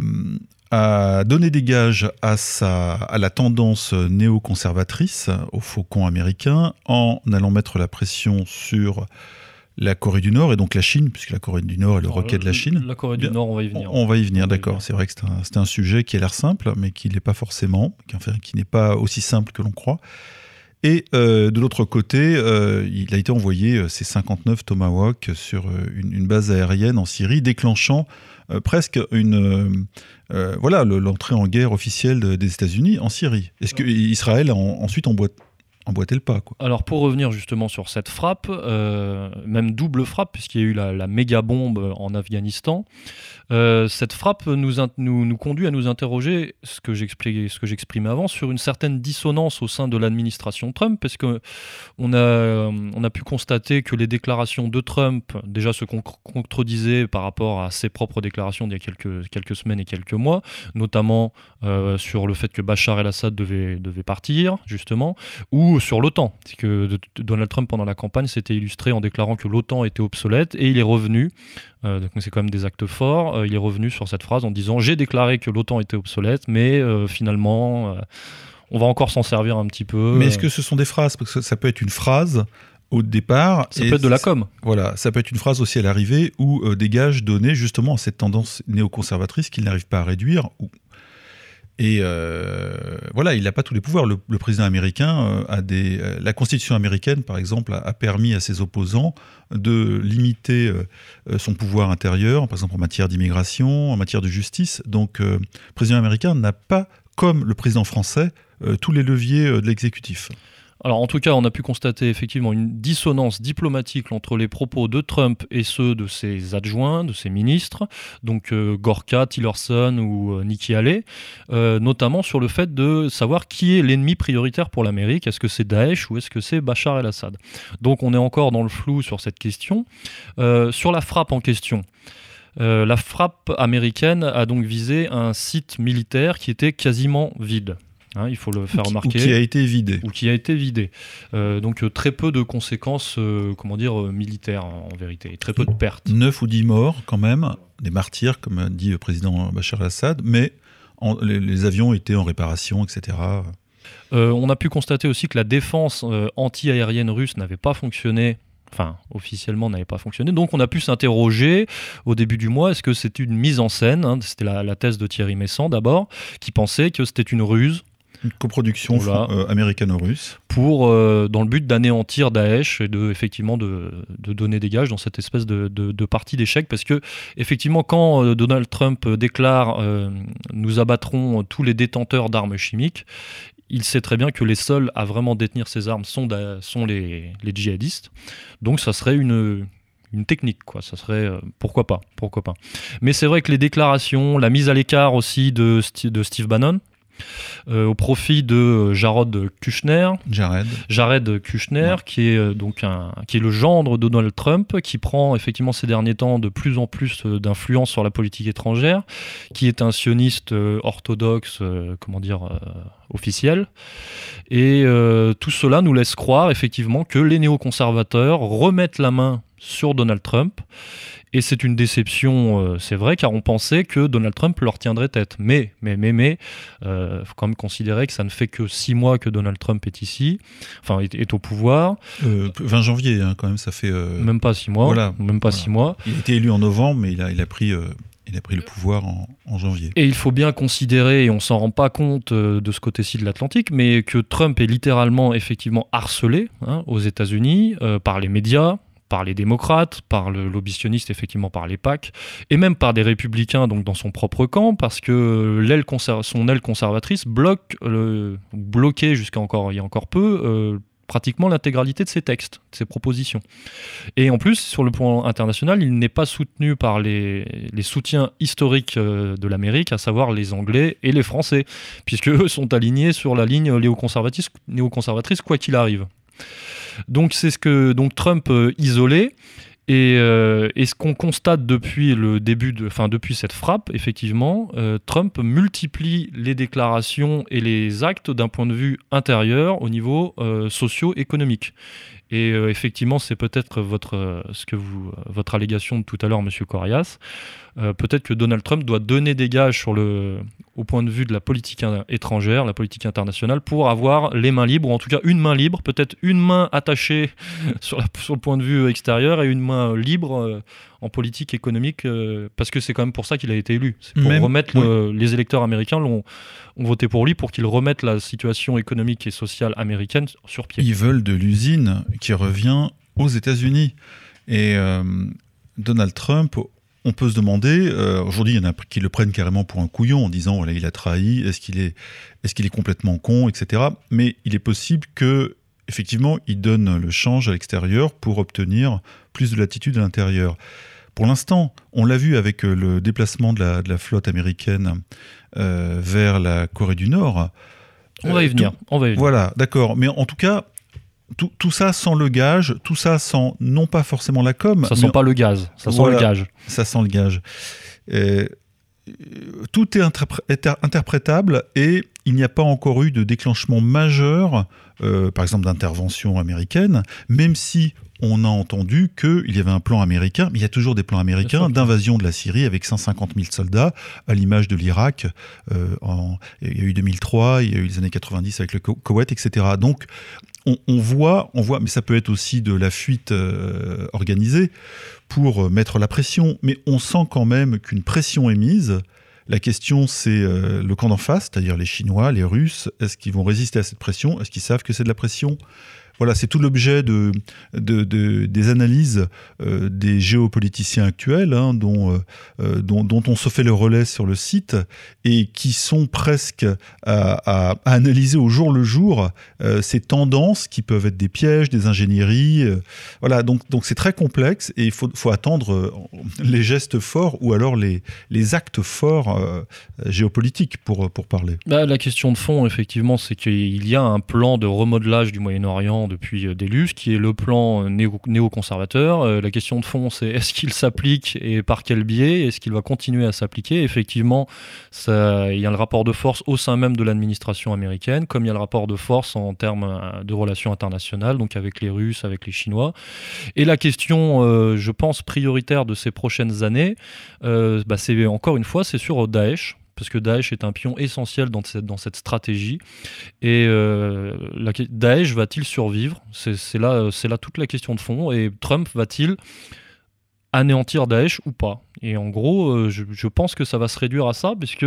a donné des gages à, sa, à la tendance néoconservatrice, au faucon américain, en allant mettre la pression sur la Corée du Nord et donc la Chine, puisque la Corée du Nord est le requet de la Chine. La Corée du Nord, on va y venir. On, on va y venir, on d'accord. Y venir. C'est vrai que c'est un, c'est un sujet qui a l'air simple, mais qui ne l'est pas forcément, qui, enfin, qui n'est pas aussi simple que l'on croit. Et euh, de l'autre côté, euh, il a été envoyé euh, ses cinquante-neuf Tomahawk sur euh, une, une base aérienne en Syrie, déclenchant euh, presque une, euh, euh, voilà, le, l'entrée en guerre officielle de, des États-Unis en Syrie. Est-ce qu'Israël a en, ensuite emboîté emboîter le pas, quoi. Alors pour revenir justement sur cette frappe, euh, même double frappe, puisqu'il y a eu la, la méga bombe en Afghanistan, euh, cette frappe nous, in- nous, nous conduit à nous interroger, ce que, j'expliquais, ce que j'exprimais avant, sur une certaine dissonance au sein de l'administration Trump, parce qu'on a, on a pu constater que les déclarations de Trump déjà se con- contredisaient par rapport à ses propres déclarations d'il y a quelques, quelques semaines et quelques mois, notamment euh, sur le fait que Bachar el-Assad devait, devait partir, justement, ou sur l'OTAN. C'est que Donald Trump, pendant la campagne, s'était illustré en déclarant que l'OTAN était obsolète, et il est revenu, euh, donc c'est quand même des actes forts, euh, il est revenu sur cette phrase en disant « J'ai déclaré que l'OTAN était obsolète, mais euh, finalement, euh, on va encore s'en servir un petit peu. » Mais est-ce que ce sont des phrases ? Parce que ça peut être une phrase au départ. Ça peut être de la com. Voilà, ça peut être une phrase aussi à l'arrivée, ou euh, des gages donnés justement à cette tendance néoconservatrice qu'il n'arrive pas à réduire, ou Et euh, voilà, il n'a pas tous les pouvoirs. Le, le président américain euh, a des... Euh, la Constitution américaine, par exemple, a, a permis à ses opposants de limiter euh, son pouvoir intérieur, par exemple en matière d'immigration, en matière de justice. Donc, euh, le président américain n'a pas, comme le président français, euh, tous les leviers euh, de l'exécutif. Alors en tout cas, on a pu constater effectivement une dissonance diplomatique entre les propos de Trump et ceux de ses adjoints, de ses ministres, donc euh, Gorka, Tillerson ou euh, Nikki Haley, euh, notamment sur le fait de savoir qui est l'ennemi prioritaire pour l'Amérique. Est-ce que c'est Daesh ou est-ce que c'est Bachar el-Assad ? Donc on est encore dans le flou sur cette question. Euh, sur la frappe en question, euh, la frappe américaine a donc visé un site militaire qui était quasiment vide. Hein, il faut le faire ou qui, remarquer. Ou qui a été vidé. Ou qui a été vidé. Euh, donc euh, très peu de conséquences euh, comment dire, euh, militaires en, en vérité, et très peu de pertes. neuf ou dix morts quand même, des martyrs comme a dit le président Bachar el-Assad, mais en, les, les avions étaient en réparation, et cetera. Euh, on a pu constater aussi que la défense euh, anti-aérienne russe n'avait pas fonctionné. Enfin, officiellement, n'avait pas fonctionné. Donc, on a pu s'interroger au début du mois, est-ce que c'était une mise en scène, hein, c'était la, la thèse de Thierry Messant d'abord, qui pensait que c'était une ruse. Une coproduction voilà. euh, américano-russe. Pour, euh, dans le but d'anéantir Daesh et de, effectivement, de, de donner des gages dans cette espèce de, de, de partie d'échec. Parce que, effectivement, quand euh, Donald Trump déclare euh, « nous abattrons tous les détenteurs d'armes chimiques », il sait très bien que les seuls à vraiment détenir ces armes sont, da- sont les, les djihadistes. Donc, ça serait une... une technique, quoi. Ça serait euh, pourquoi pas, pourquoi pas. Mais c'est vrai que les déclarations, la mise à l'écart aussi de, St- de Steve Bannon, euh, au profit de Jared Kushner, Jared, Jared Kushner, ouais. qui est euh, donc un, qui est le gendre de Donald Trump, qui prend effectivement ces derniers temps de plus en plus euh, d'influence sur la politique étrangère, qui est un sioniste euh, orthodoxe, euh, comment dire, euh, officiel. Et euh, tout cela nous laisse croire effectivement que les néoconservateurs remettent la main sur Donald Trump. Et c'est une déception, euh, c'est vrai, car on pensait que Donald Trump leur tiendrait tête. Mais, mais, mais, mais, euh, faut quand même considérer que ça ne fait que six mois que Donald Trump est ici, enfin, est, est au pouvoir. Euh, vingt janvier, hein, quand même, ça fait... Euh... Même pas six mois, voilà, même pas voilà. six mois. Il a été élu en novembre, mais il a, il a pris... Euh... Il a pris le pouvoir en, en janvier. Et il faut bien considérer, et on s'en rend pas compte euh, de ce côté-ci de l'Atlantique, mais que Trump est littéralement, effectivement, harcelé hein, aux États-Unis euh, par les médias, par les démocrates, par le lobbyiste, effectivement par les PAC, et même par des républicains donc dans son propre camp, parce que l'aile conser- son aile conservatrice bloque, euh, bloquait jusqu'à encore, il y a encore peu, euh, pratiquement l'intégralité de ses textes, de ses propositions. Et en plus, sur le plan international, il n'est pas soutenu par les, les soutiens historiques de l'Amérique, à savoir les Anglais et les Français, puisque eux sont alignés sur la ligne néoconservatrice, néoconservatrice quoi qu'il arrive. Donc c'est ce que donc Trump euh, isolé. Et, euh, et ce qu'on constate depuis le début, de, enfin depuis cette frappe, effectivement, euh, Trump multiplie les déclarations et les actes d'un point de vue intérieur au niveau euh, socio-économique. Et euh, effectivement, c'est peut-être votre, euh, ce que vous, euh, votre allégation de tout à l'heure, Monsieur Corias. Euh, peut-être que Donald Trump doit donner des gages sur le, au point de vue de la politique étrangère, la politique internationale, pour avoir les mains libres, ou en tout cas une main libre, peut-être une main attachée sur, la, sur le point de vue extérieur et une main libre euh, en politique économique, euh, parce que c'est quand même pour ça qu'il a été élu. C'est pour Même, remettre oui. le, les électeurs américains l'ont, ont voté pour lui pour qu'il remette la situation économique et sociale américaine sur pied. Ils veulent de l'usine qui revient aux États-Unis. Et euh, Donald Trump, on peut se demander, euh, aujourd'hui il y en a qui le prennent carrément pour un couillon en disant voilà, il a trahi, est-ce qu'il est, est-ce qu'il est complètement con, et cetera. Mais il est possible que effectivement, il donne le change à l'extérieur pour obtenir plus de latitude à l'intérieur. Pour l'instant, on l'a vu avec le déplacement de la, de la flotte américaine euh, vers la Corée du Nord. On va y Euh, venir. tout- On va y venir. Voilà, d'accord. Mais en tout cas, tout, tout ça sans le gage, tout ça sans, non pas forcément la com, Ça sent mais pas le gaz, ça sent Voilà. le gage. ça sent le gage. Euh, tout est, interpré- est interprétable et il n'y a pas encore eu de déclenchement majeur, euh, par exemple d'intervention américaine, même si on a entendu qu'il y avait un plan américain, mais il y a toujours des plans américains sûr. d'invasion de la Syrie avec cent cinquante mille soldats, à l'image de l'Irak. Euh, en- il y a eu deux mille trois, il y a eu les années quatre-vingt-dix avec le Ko- Koweït, et cetera. Donc, on, on voit, on voit, mais ça peut être aussi de la fuite euh, organisée pour euh, mettre la pression, mais on sent quand même qu'une pression est mise. La question, c'est euh, le camp d'en face, c'est-à-dire les Chinois, les Russes. Est-ce qu'ils vont résister à cette pression ? Est-ce qu'ils savent que c'est de la pression ? Voilà, c'est tout l'objet de, de, de- des analyses euh, des géopoliticiens actuels, hein, dont, euh, euh, dont, dont on se fait le relais sur le site, et qui sont presque à, à- à analyser au jour le jour euh, ces tendances qui peuvent être des pièges, des ingénieries. euh, voilà, donc, donc c'est très complexe, et il faut, faut attendre euh, les gestes forts ou alors les, les actes forts euh, géopolitiques pour, pour parler. Bah, la question de fond, effectivement, c'est qu'il y a un plan de remodelage du Moyen-Orient depuis euh, des lustres, qui est le plan euh, néo- néoconservateur. Euh, la question de fond, c'est est-ce qu'il s'applique et par quel biais ? Est-ce qu'il va continuer à s'appliquer ? Effectivement, ça, il y a le rapport de force au sein même de l'administration américaine, comme il y a le rapport de force en termes euh, de relations internationales, donc avec les Russes, avec les Chinois. Et la question, euh, je pense, prioritaire de ces prochaines années, euh, bah, c'est encore une fois, c'est sur Daesh, parce que Daesh est un pion essentiel dans cette, dans cette stratégie. Et euh, la, Daesh va-t-il survivre ? c'est, c'est, là, c'est là toute la question de fond. Et Trump va-t-il anéantir Daesh ou pas ? Et en gros, euh, je, je pense que ça va se réduire à ça, puisque,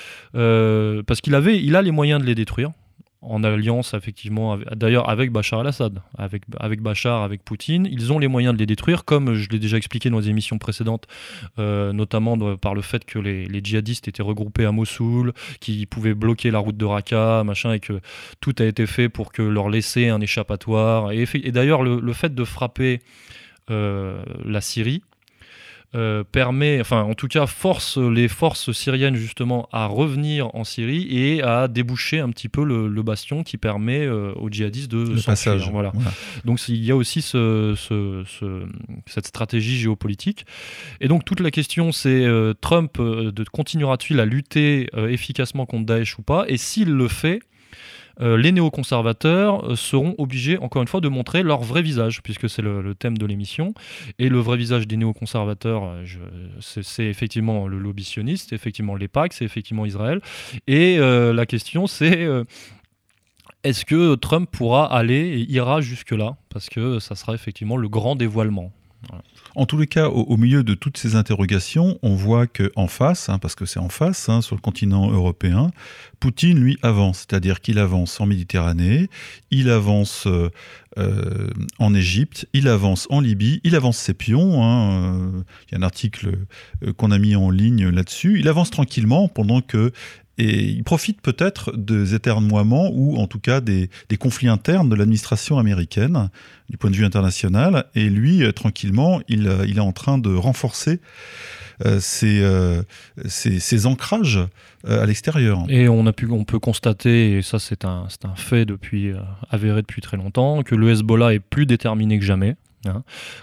euh, parce qu'il avait, il a les moyens de les détruire, en alliance effectivement, avec, d'ailleurs avec Bachar el-Assad, avec, avec Bachar, avec Poutine, ils ont les moyens de les détruire, comme je l'ai déjà expliqué dans les émissions précédentes, euh, notamment de, par le fait que les, les djihadistes étaient regroupés à Mossoul, qu'ils pouvaient bloquer la route de Raqqa, machin, et que tout a été fait pour que leur laisser un échappatoire. Et, et d'ailleurs, le, le fait de frapper euh, la Syrie, Euh, permet, enfin en tout cas force les forces syriennes justement à revenir en Syrie et à déboucher un petit peu le, le bastion qui permet euh, aux djihadistes de Le s'enfuir. passage. Voilà. Voilà. Donc il y a aussi ce, ce, ce, cette stratégie géopolitique. Et donc toute la question c'est euh, Trump euh, de continuera-t-il à lutter euh, efficacement contre Daesh ou pas ? Et s'il le fait, Euh, les néoconservateurs euh, seront obligés, encore une fois, de montrer leur vrai visage, puisque c'est le, le thème de l'émission. Et le vrai visage des néoconservateurs, euh, je, c'est, c'est effectivement le lobby sioniste, c'est effectivement l'E P A C, c'est effectivement Israël. Et euh, la question, c'est euh, est-ce que Trump pourra aller et ira jusque-là ? Parce que ça sera effectivement le grand dévoilement. Voilà. En tous les cas, au, au milieu de toutes ces interrogations, on voit qu'en face, hein, parce que c'est en face, hein, sur le continent européen, Poutine, lui, avance. C'est-à-dire qu'il avance en Méditerranée, il avance euh, euh, en Égypte, il avance en Libye, il avance ses pions. Hein, euh, il y a un article euh, qu'on a mis en ligne là-dessus. Il avance tranquillement pendant que... Et il profite peut-être des atermoiements ou en tout cas des, des conflits internes de l'administration américaine du point de vue international. Et lui, euh, tranquillement, il, euh, il est en train de renforcer euh, ses, euh, ses, ses ancrages euh, à l'extérieur. Et on, a pu, on peut constater, et ça c'est un, c'est un fait depuis, euh, avéré depuis très longtemps, que le Hezbollah est plus déterminé que jamais. Hein,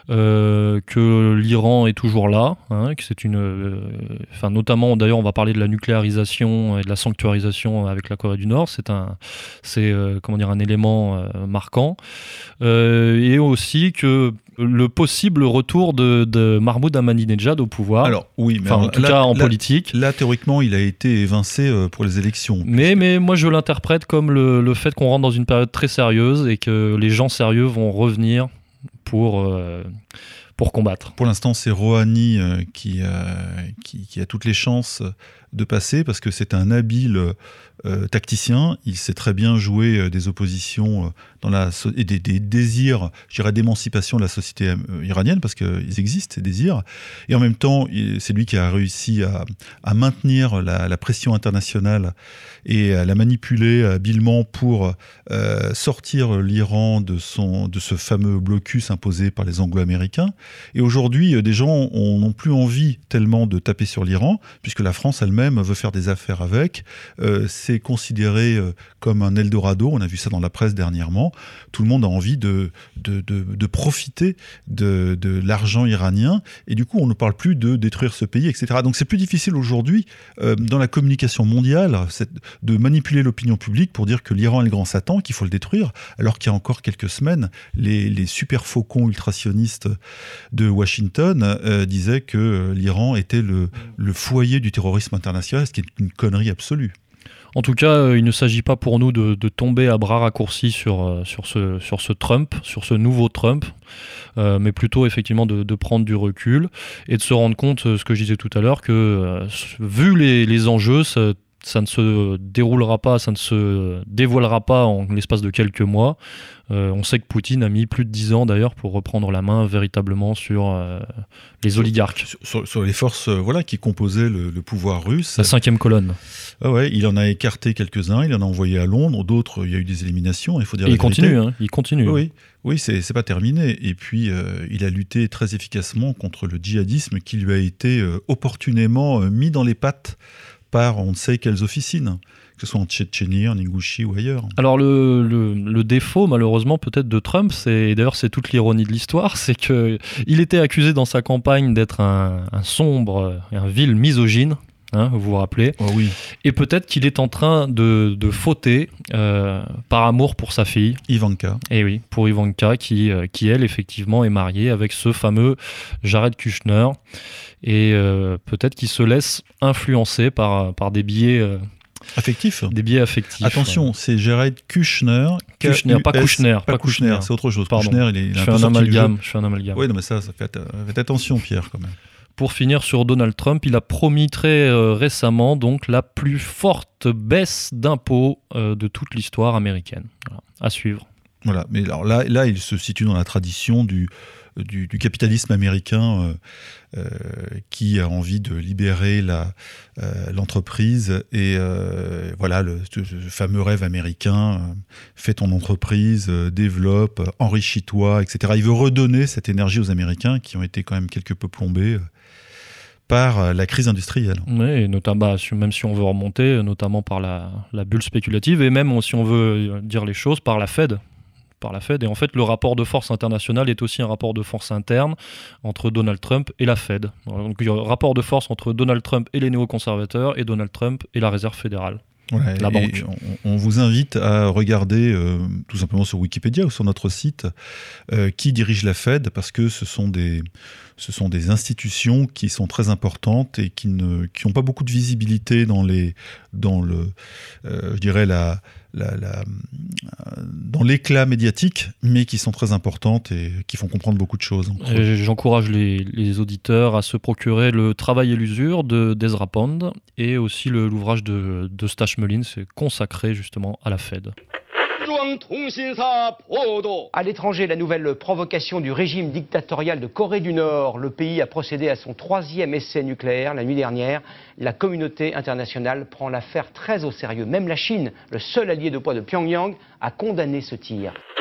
euh, que l'Iran est toujours là, hein, que c'est une, euh, enfin notamment d'ailleurs on va parler de la nucléarisation et de la sanctuarisation avec la Corée du Nord, c'est un, c'est euh, comment dire un élément euh, marquant, euh, et aussi que le possible retour de, de Mahmoud Ahmadinejad au pouvoir. Alors oui, mais enfin, alors, en tout là, cas en là, politique. Là théoriquement il a été évincé euh, pour les élections. Mais mais moi je l'interprète comme le, le fait qu'on rentre dans une période très sérieuse et que les gens sérieux vont revenir pour, euh, pour combattre. Pour l'instant, c'est Rouhani euh, qui, euh, qui, qui a toutes les chances de passer parce que c'est un habile euh, tacticien. Il sait très bien jouer euh, des oppositions euh, dans la so- et des, des désirs, je dirais, d'émancipation de la société euh, iranienne parce qu'ils existent, ces désirs. Et en même temps, il, c'est lui qui a réussi à, à maintenir la, la pression internationale et à la manipuler habilement pour euh, sortir l'Iran de, son, de ce fameux blocus imposé par les Anglo-Américains. Et aujourd'hui, des gens n'ont plus envie tellement de taper sur l'Iran, puisque la France elle-même veut faire des affaires avec. Euh, c'est considéré euh, comme un Eldorado, on a vu ça dans la presse dernièrement. Tout le monde a envie de, de, de, de profiter de, de l'argent iranien, et du coup on ne parle plus de détruire ce pays, et cetera. Donc c'est plus difficile aujourd'hui, euh, dans la communication mondiale, c'est de manipuler l'opinion publique pour dire que l'Iran est le grand Satan, qu'il faut le détruire, alors qu'il y a encore quelques semaines, les, les super faucons ultrasionistes de Washington euh, disaient que euh, l'Iran était le, le foyer du terrorisme international, ce qui est une connerie absolue. En tout cas, euh, il ne s'agit pas pour nous de, de tomber à bras raccourcis sur, euh, sur, ce, sur ce Trump, sur ce nouveau Trump, euh, mais plutôt effectivement de, de prendre du recul et de se rendre compte, euh, ce que je disais tout à l'heure, que euh, vu les, les enjeux, ça, ça ne se déroulera pas, ça ne se dévoilera pas en l'espace de quelques mois. Euh, on sait que Poutine a mis plus de dix ans d'ailleurs pour reprendre la main véritablement sur euh, les sur, oligarques. Sur, sur, sur les forces euh, voilà, qui composaient le, le pouvoir russe. La cinquième colonne. Ah ouais, il en a écarté quelques-uns, il en a envoyé à Londres, d'autres, il y a eu des éliminations, il faut dire. Et la il continue, hein, il continue. Oui, oui, c'est, c'est pas terminé. Et puis, euh, il a lutté très efficacement contre le djihadisme qui lui a été euh, opportunément euh, mis dans les pattes par on ne sait quelles officines, que ce soit en Tchétchénie, en Ingouchie ou ailleurs. Alors le, le, le défaut malheureusement peut-être de Trump, c'est, et d'ailleurs c'est toute l'ironie de l'histoire, c'est qu'il était accusé dans sa campagne d'être un, un sombre et un vil misogyne. Hein, vous vous rappelez. Oh oui. Et peut-être qu'il est en train de, de fauter euh, par amour pour sa fille. Ivanka. Et oui, pour Ivanka, qui, euh, qui elle, effectivement, est mariée avec ce fameux Jared Kushner. Et euh, peut-être qu'il se laisse influencer par, par des biais... Euh, affectifs. Des biais affectifs. Attention, ouais. C'est Jared Kushner. Kushner, pas Kushner. Pas Kushner, Kushner, c'est autre chose. Pardon. Kushner, il est, il je, fais un amalgame, je fais un amalgame. Oui, non, mais ça, ça fait, fait attention, Pierre, quand même. Pour finir sur Donald Trump, il a promis très euh, récemment donc la plus forte baisse d'impôts euh, de toute l'histoire américaine. Voilà. À suivre. Voilà, mais alors là, là, il se situe dans la tradition du, du, du capitalisme américain euh, euh, qui a envie de libérer la, euh, l'entreprise et euh, voilà le, ce, ce fameux rêve américain, euh, fais ton entreprise, euh, développe, euh, enrichis-toi, et cetera. Il veut redonner cette énergie aux Américains qui ont été quand même quelque peu plombés euh, par la crise industrielle. Oui, et notamment, même si on veut remonter, notamment par la, la bulle spéculative, et même si on veut dire les choses, par la Fed. Par la Fed. Et en fait, le rapport de force international est aussi un rapport de force interne entre Donald Trump et la Fed. Donc, il y a un rapport de force entre Donald Trump et les néoconservateurs et Donald Trump et la Réserve fédérale. Ouais, la banque. On, on vous invite à regarder euh, tout simplement sur Wikipédia ou sur notre site euh, qui dirige la Fed, parce que ce sont des, ce sont des institutions qui sont très importantes et qui ne, qui n'ont pas beaucoup de visibilité dans les, dans le, euh, je dirais la, la, la, dans l'éclat médiatique, mais qui sont très importantes et qui font comprendre beaucoup de choses. Et j'encourage les, les auditeurs à se procurer le Travail et l'usure de d'Ezra Pound et aussi le, l'ouvrage de, de Stash Mullin, c'est consacré justement à la Fed. À l'étranger, la nouvelle provocation du régime dictatorial de Corée du Nord. Le pays a procédé à son troisième essai nucléaire la nuit dernière. La communauté internationale prend l'affaire très au sérieux. Même la Chine, le seul allié de poids de Pyongyang, a condamné ce tir.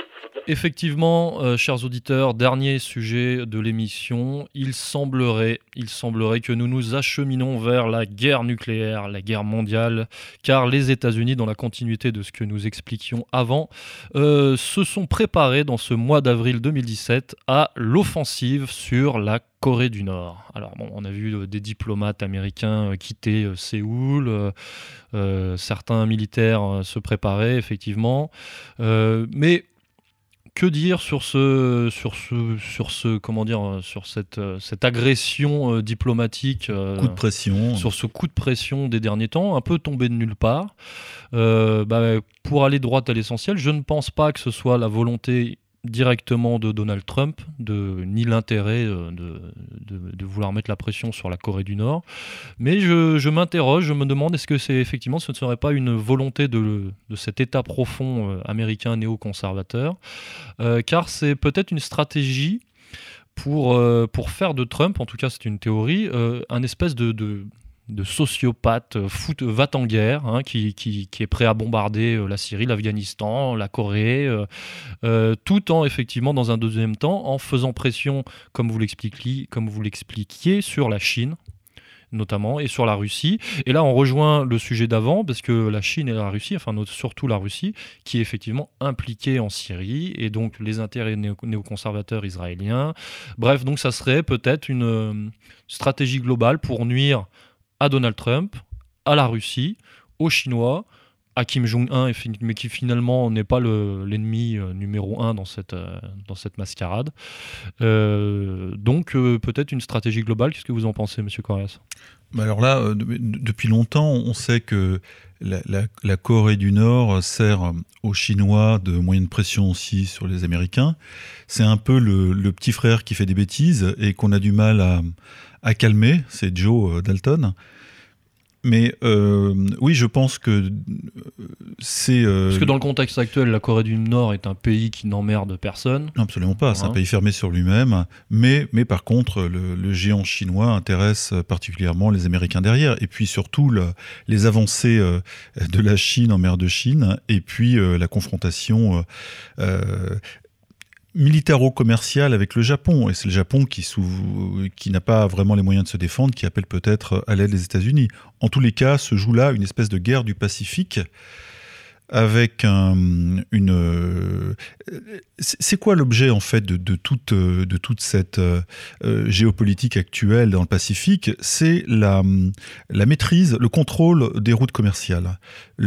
Effectivement, euh, chers auditeurs, dernier sujet de l'émission, il semblerait, il semblerait que nous nous acheminons vers la guerre nucléaire, la guerre mondiale, car les États-Unis, dans la continuité de ce que nous expliquions avant, euh, se sont préparés dans ce mois d'avril deux mille dix-sept à l'offensive sur la Corée du Nord. Alors bon, on a vu euh, des diplomates américains euh, quitter euh, Séoul, euh, euh, certains militaires euh, se préparaient effectivement, euh, mais que dire sur ce, sur ce, sur ce, comment dire, sur cette, cette agression euh, diplomatique, euh, coup de pression, sur ce coup de pression des derniers temps, un peu tombé de nulle part. Euh, bah, pour aller droit à l'essentiel, je ne pense pas que ce soit la volonté directement de Donald Trump, de, ni l'intérêt de, de, de vouloir mettre la pression sur la Corée du Nord. Mais je, je m'interroge, je me demande est-ce que c'est effectivement, ce ne serait pas une volonté de, de cet État profond euh, américain néoconservateur, euh, car c'est peut-être une stratégie pour, euh, pour faire de Trump, en tout cas c'est une théorie, euh, un espèce de... de de sociopathe, foot, va-t-en-guerre, hein, qui, qui, qui est prêt à bombarder euh, la Syrie, l'Afghanistan, la Corée, euh, euh, tout en, effectivement, dans un deuxième temps, en faisant pression, comme vous l'expliquiez, comme vous l'expliquiez, sur la Chine, notamment, et sur la Russie. Et là, on rejoint le sujet d'avant, parce que la Chine et la Russie, enfin surtout la Russie, qui est effectivement impliquée en Syrie, et donc les intérêts néo- néoconservateurs israéliens. Bref, donc ça serait peut-être une euh, stratégie globale pour nuire à Donald Trump, à la Russie, aux Chinois, à Kim Jong-un, mais qui finalement n'est pas le, l'ennemi euh, numéro un dans cette, euh, dans cette mascarade. Euh, donc euh, peut-être une stratégie globale. Qu'est-ce que vous en pensez, Monsieur Correas ? Alors là, euh, de, depuis longtemps, on sait que la, la, la Corée du Nord sert aux Chinois de moyen de pression aussi sur les Américains. C'est un peu le, le petit frère qui fait des bêtises et qu'on a du mal à, à calmer, c'est Joe Dalton. Mais euh, oui, je pense que c'est... Euh... Parce que dans le contexte actuel, la Corée du Nord est un pays qui n'emmerde personne. Absolument pas, c'est hein. un pays fermé sur lui-même. Mais, mais par contre, le, le géant chinois intéresse particulièrement les Américains derrière. Et puis surtout, le, les avancées euh, de la Chine en mer de Chine. Et puis euh, la confrontation... Euh, militaro-commercial avec le Japon, et c'est le Japon qui, sous, qui n'a pas vraiment les moyens de se défendre, qui appelle peut-être à l'aide les États-Unis. En tous les cas, se joue là une espèce de guerre du Pacifique avec un, une... Euh, c'est quoi l'objet, en fait, de, de, toute, de toute cette euh, géopolitique actuelle dans le Pacifique ? C'est la, la maîtrise, le contrôle des routes commerciales.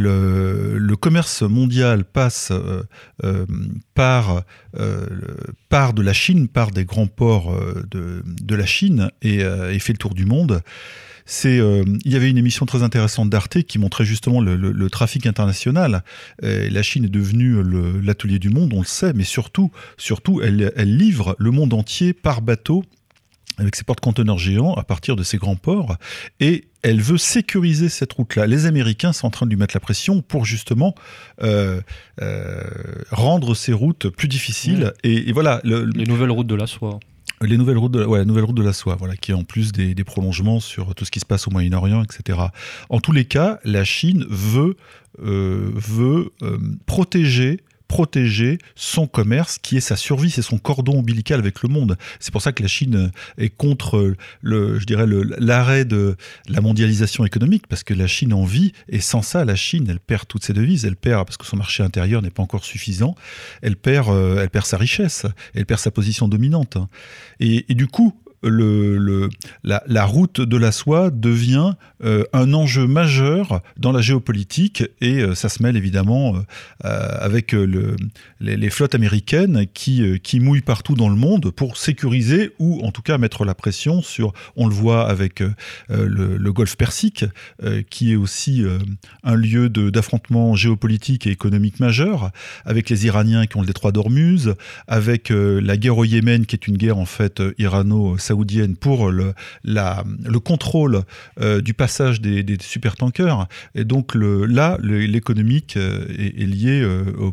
Le, le commerce mondial passe euh, euh, par, euh, par de la Chine, par des grands ports de, de la Chine, et, euh, et fait le tour du monde. C'est, euh, il y avait une émission très intéressante d'Arte qui montrait justement le, le, le trafic international. Et la Chine est devenue le, l'atelier du monde, on le sait, mais surtout, surtout elle, elle livre le monde entier par bateau avec ses porte-conteneurs géants à partir de ces grands ports, et elle veut sécuriser cette route-là. Les Américains sont en train de lui mettre la pression pour justement euh, euh, rendre ces routes plus difficiles. Ouais. Et, et voilà, le, les nouvelles routes de la soie. Les nouvelles routes de la, ouais, la nouvelle route de la soie, voilà, qui est en plus des, des prolongements sur tout ce qui se passe au Moyen-Orient, et cetera. En tous les cas, la Chine veut, euh, veut euh, protéger protéger son commerce, qui est sa survie, c'est son cordon ombilical avec le monde. C'est pour ça que la Chine est contre le, je dirais le, l'arrêt de la mondialisation économique, parce que la Chine en vit, et sans ça, la Chine, elle perd toutes ses devises, elle perd, parce que son marché intérieur n'est pas encore suffisant, elle perd, euh, elle perd sa richesse, elle perd sa position dominante. Et, et du coup, Le, le, la, la route de la soie devient euh, un enjeu majeur dans la géopolitique, et euh, ça se mêle évidemment euh, avec euh, le, les, les flottes américaines qui, euh, qui mouillent partout dans le monde pour sécuriser, ou en tout cas mettre la pression sur, on le voit avec euh, le, le golfe Persique, euh, qui est aussi euh, un lieu de, d'affrontement géopolitique et économique majeur, avec les Iraniens qui ont le détroit d'Ormuz, avec euh, la guerre au Yémen, qui est une guerre en fait irano-saoudienne saoudienne pour le, la, le contrôle euh, du passage des, des supertankers. Et donc le, là, le, l'économique euh, est, est lié euh, au,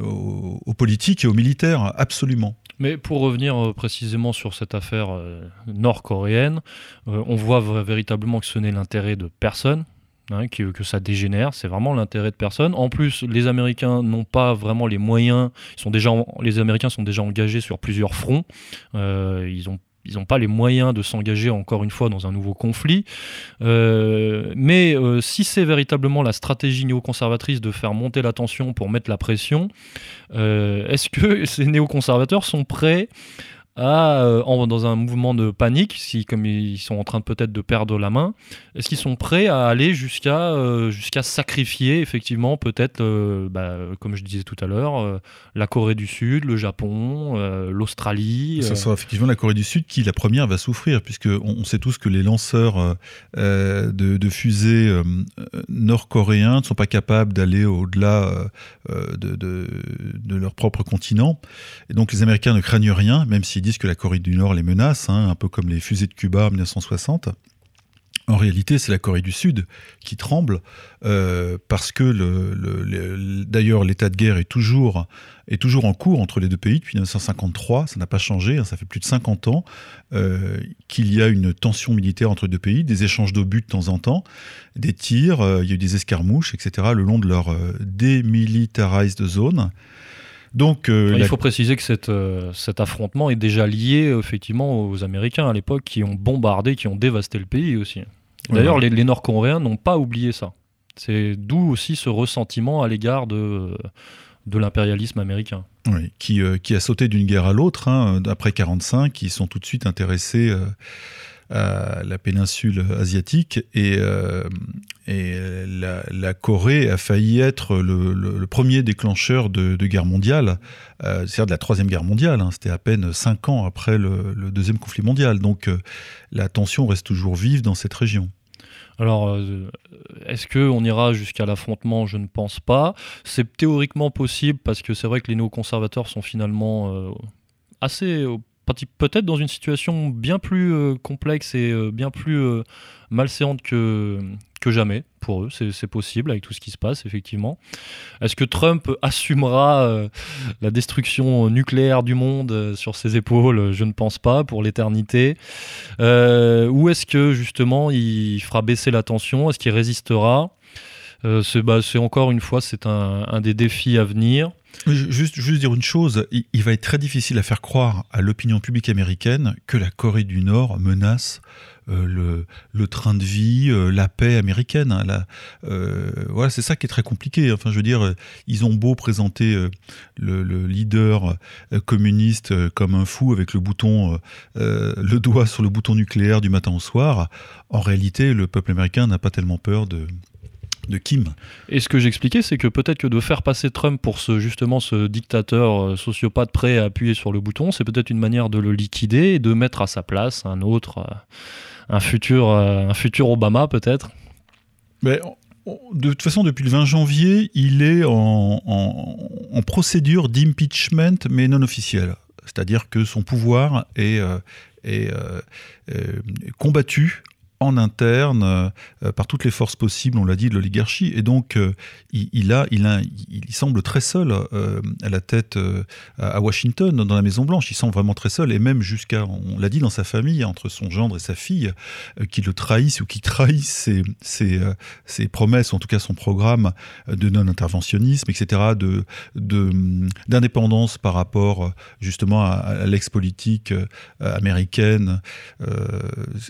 au, au politique et au militaire, absolument. Mais pour revenir euh, précisément sur cette affaire euh, nord-coréenne, euh, on voit v- véritablement que ce n'est l'intérêt de personne, Hein, que, que ça dégénère, c'est vraiment l'intérêt de personne. En plus, les Américains n'ont pas vraiment les moyens. Ils sont déjà, les Américains sont déjà engagés sur plusieurs fronts. Euh, ils ont Ils n'ont pas les moyens de s'engager encore une fois dans un nouveau conflit. Euh, mais euh, si c'est véritablement la stratégie néoconservatrice de faire monter la tension pour mettre la pression, euh, est-ce que ces néoconservateurs sont prêts à, euh, en, dans un mouvement de panique, si, comme ils sont en train de, peut-être de perdre la main, est-ce qu'ils sont prêts à aller jusqu'à, euh, jusqu'à sacrifier effectivement peut-être, euh, bah, comme je disais tout à l'heure, euh, la Corée du Sud, le Japon, euh, l'Australie euh... Ça sera effectivement la Corée du Sud qui, la première, va souffrir, puisqu'on on sait tous que les lanceurs euh, de, de fusées euh, nord-coréens ne sont pas capables d'aller au-delà euh, de, de, de leur propre continent. Et donc les Américains ne craignent rien, même s'ils disent que la Corée du Nord les menace, hein, un peu comme les fusées de Cuba en mille neuf cent soixante. En réalité, c'est la Corée du Sud qui tremble, euh, parce que, le, le, le, d'ailleurs, l'état de guerre est toujours, est toujours en cours entre les deux pays depuis mille neuf cent cinquante-trois, ça n'a pas changé, hein, ça fait plus de cinquante ans euh, qu'il y a une tension militaire entre les deux pays, des échanges d'obus de temps en temps, des tirs, euh, il y a eu des escarmouches, et cetera, le long de leur euh, démilitarized zone. Donc, euh, il la... faut préciser que cette, euh, cet affrontement est déjà lié effectivement aux Américains à l'époque qui ont bombardé, qui ont dévasté le pays aussi. D'ailleurs, ouais. les, les Nord-Coréens n'ont pas oublié ça. C'est d'où aussi ce ressentiment à l'égard de, de l'impérialisme américain. Oui, qui, euh, qui a sauté d'une guerre à l'autre. Hein, après quarante-cinq, ils sont tout de suite intéressés euh, à la péninsule asiatique et, euh, et la, la Corée a failli être le, le, le premier déclencheur de, de guerre mondiale, euh, c'est-à-dire de la troisième guerre mondiale. Hein, c'était à peine cinq ans après le, le deuxième conflit mondial. Donc euh, la tension reste toujours vive dans cette région. Alors, euh, est-ce qu'on ira jusqu'à l'affrontement ? Je ne pense pas. C'est théoriquement possible parce que c'est vrai que les néoconservateurs sont finalement euh, assez... Euh, peut-être dans une situation bien plus euh, complexe et euh, bien plus euh, malséante que, que jamais pour eux. C'est, c'est possible avec tout ce qui se passe, effectivement. Est-ce que Trump assumera euh, la destruction nucléaire du monde euh, sur ses épaules ? Je ne pense pas, pour l'éternité. Euh, ou est-ce que, justement, il fera baisser la tension ? Est-ce qu'il résistera ? euh, c'est, bah, c'est encore une fois, c'est un, un des défis à venir. Juste, juste dire une chose, il, il va être très difficile à faire croire à l'opinion publique américaine que la Corée du Nord menace euh, le, le train de vie, euh, la paix américaine. Hein, la, euh, voilà, c'est ça qui est très compliqué. Enfin, je veux dire, ils ont beau présenter euh, le, le leader euh, communiste euh, comme un fou avec le bouton, euh, le doigt sur le bouton nucléaire du matin au soir. En réalité, le peuple américain n'a pas tellement peur de de Kim. Et ce que j'expliquais, c'est que peut-être que de faire passer Trump pour ce, justement ce dictateur sociopathe prêt à appuyer sur le bouton, c'est peut-être une manière de le liquider et de mettre à sa place un autre, un futur, un futur Obama peut-être. Mais de toute façon, depuis le vingt janvier, il est en, en, en procédure d'impeachment, mais non officielle. C'est-à-dire que son pouvoir est, euh, est, euh, est combattu en interne, euh, par toutes les forces possibles, on l'a dit, de l'oligarchie. Et donc, euh, il, il, a, il, a, il, il semble très seul euh, à la tête euh, à Washington, dans la Maison-Blanche. Il semble vraiment très seul, et même jusqu'à, on l'a dit, dans sa famille, entre son gendre et sa fille, euh, qui le trahissent ou qui trahissent ses, ses, euh, ses promesses, ou en tout cas son programme de non-interventionnisme, et cetera, de, de, d'indépendance par rapport justement à, à l'ex-politique euh, américaine. Euh,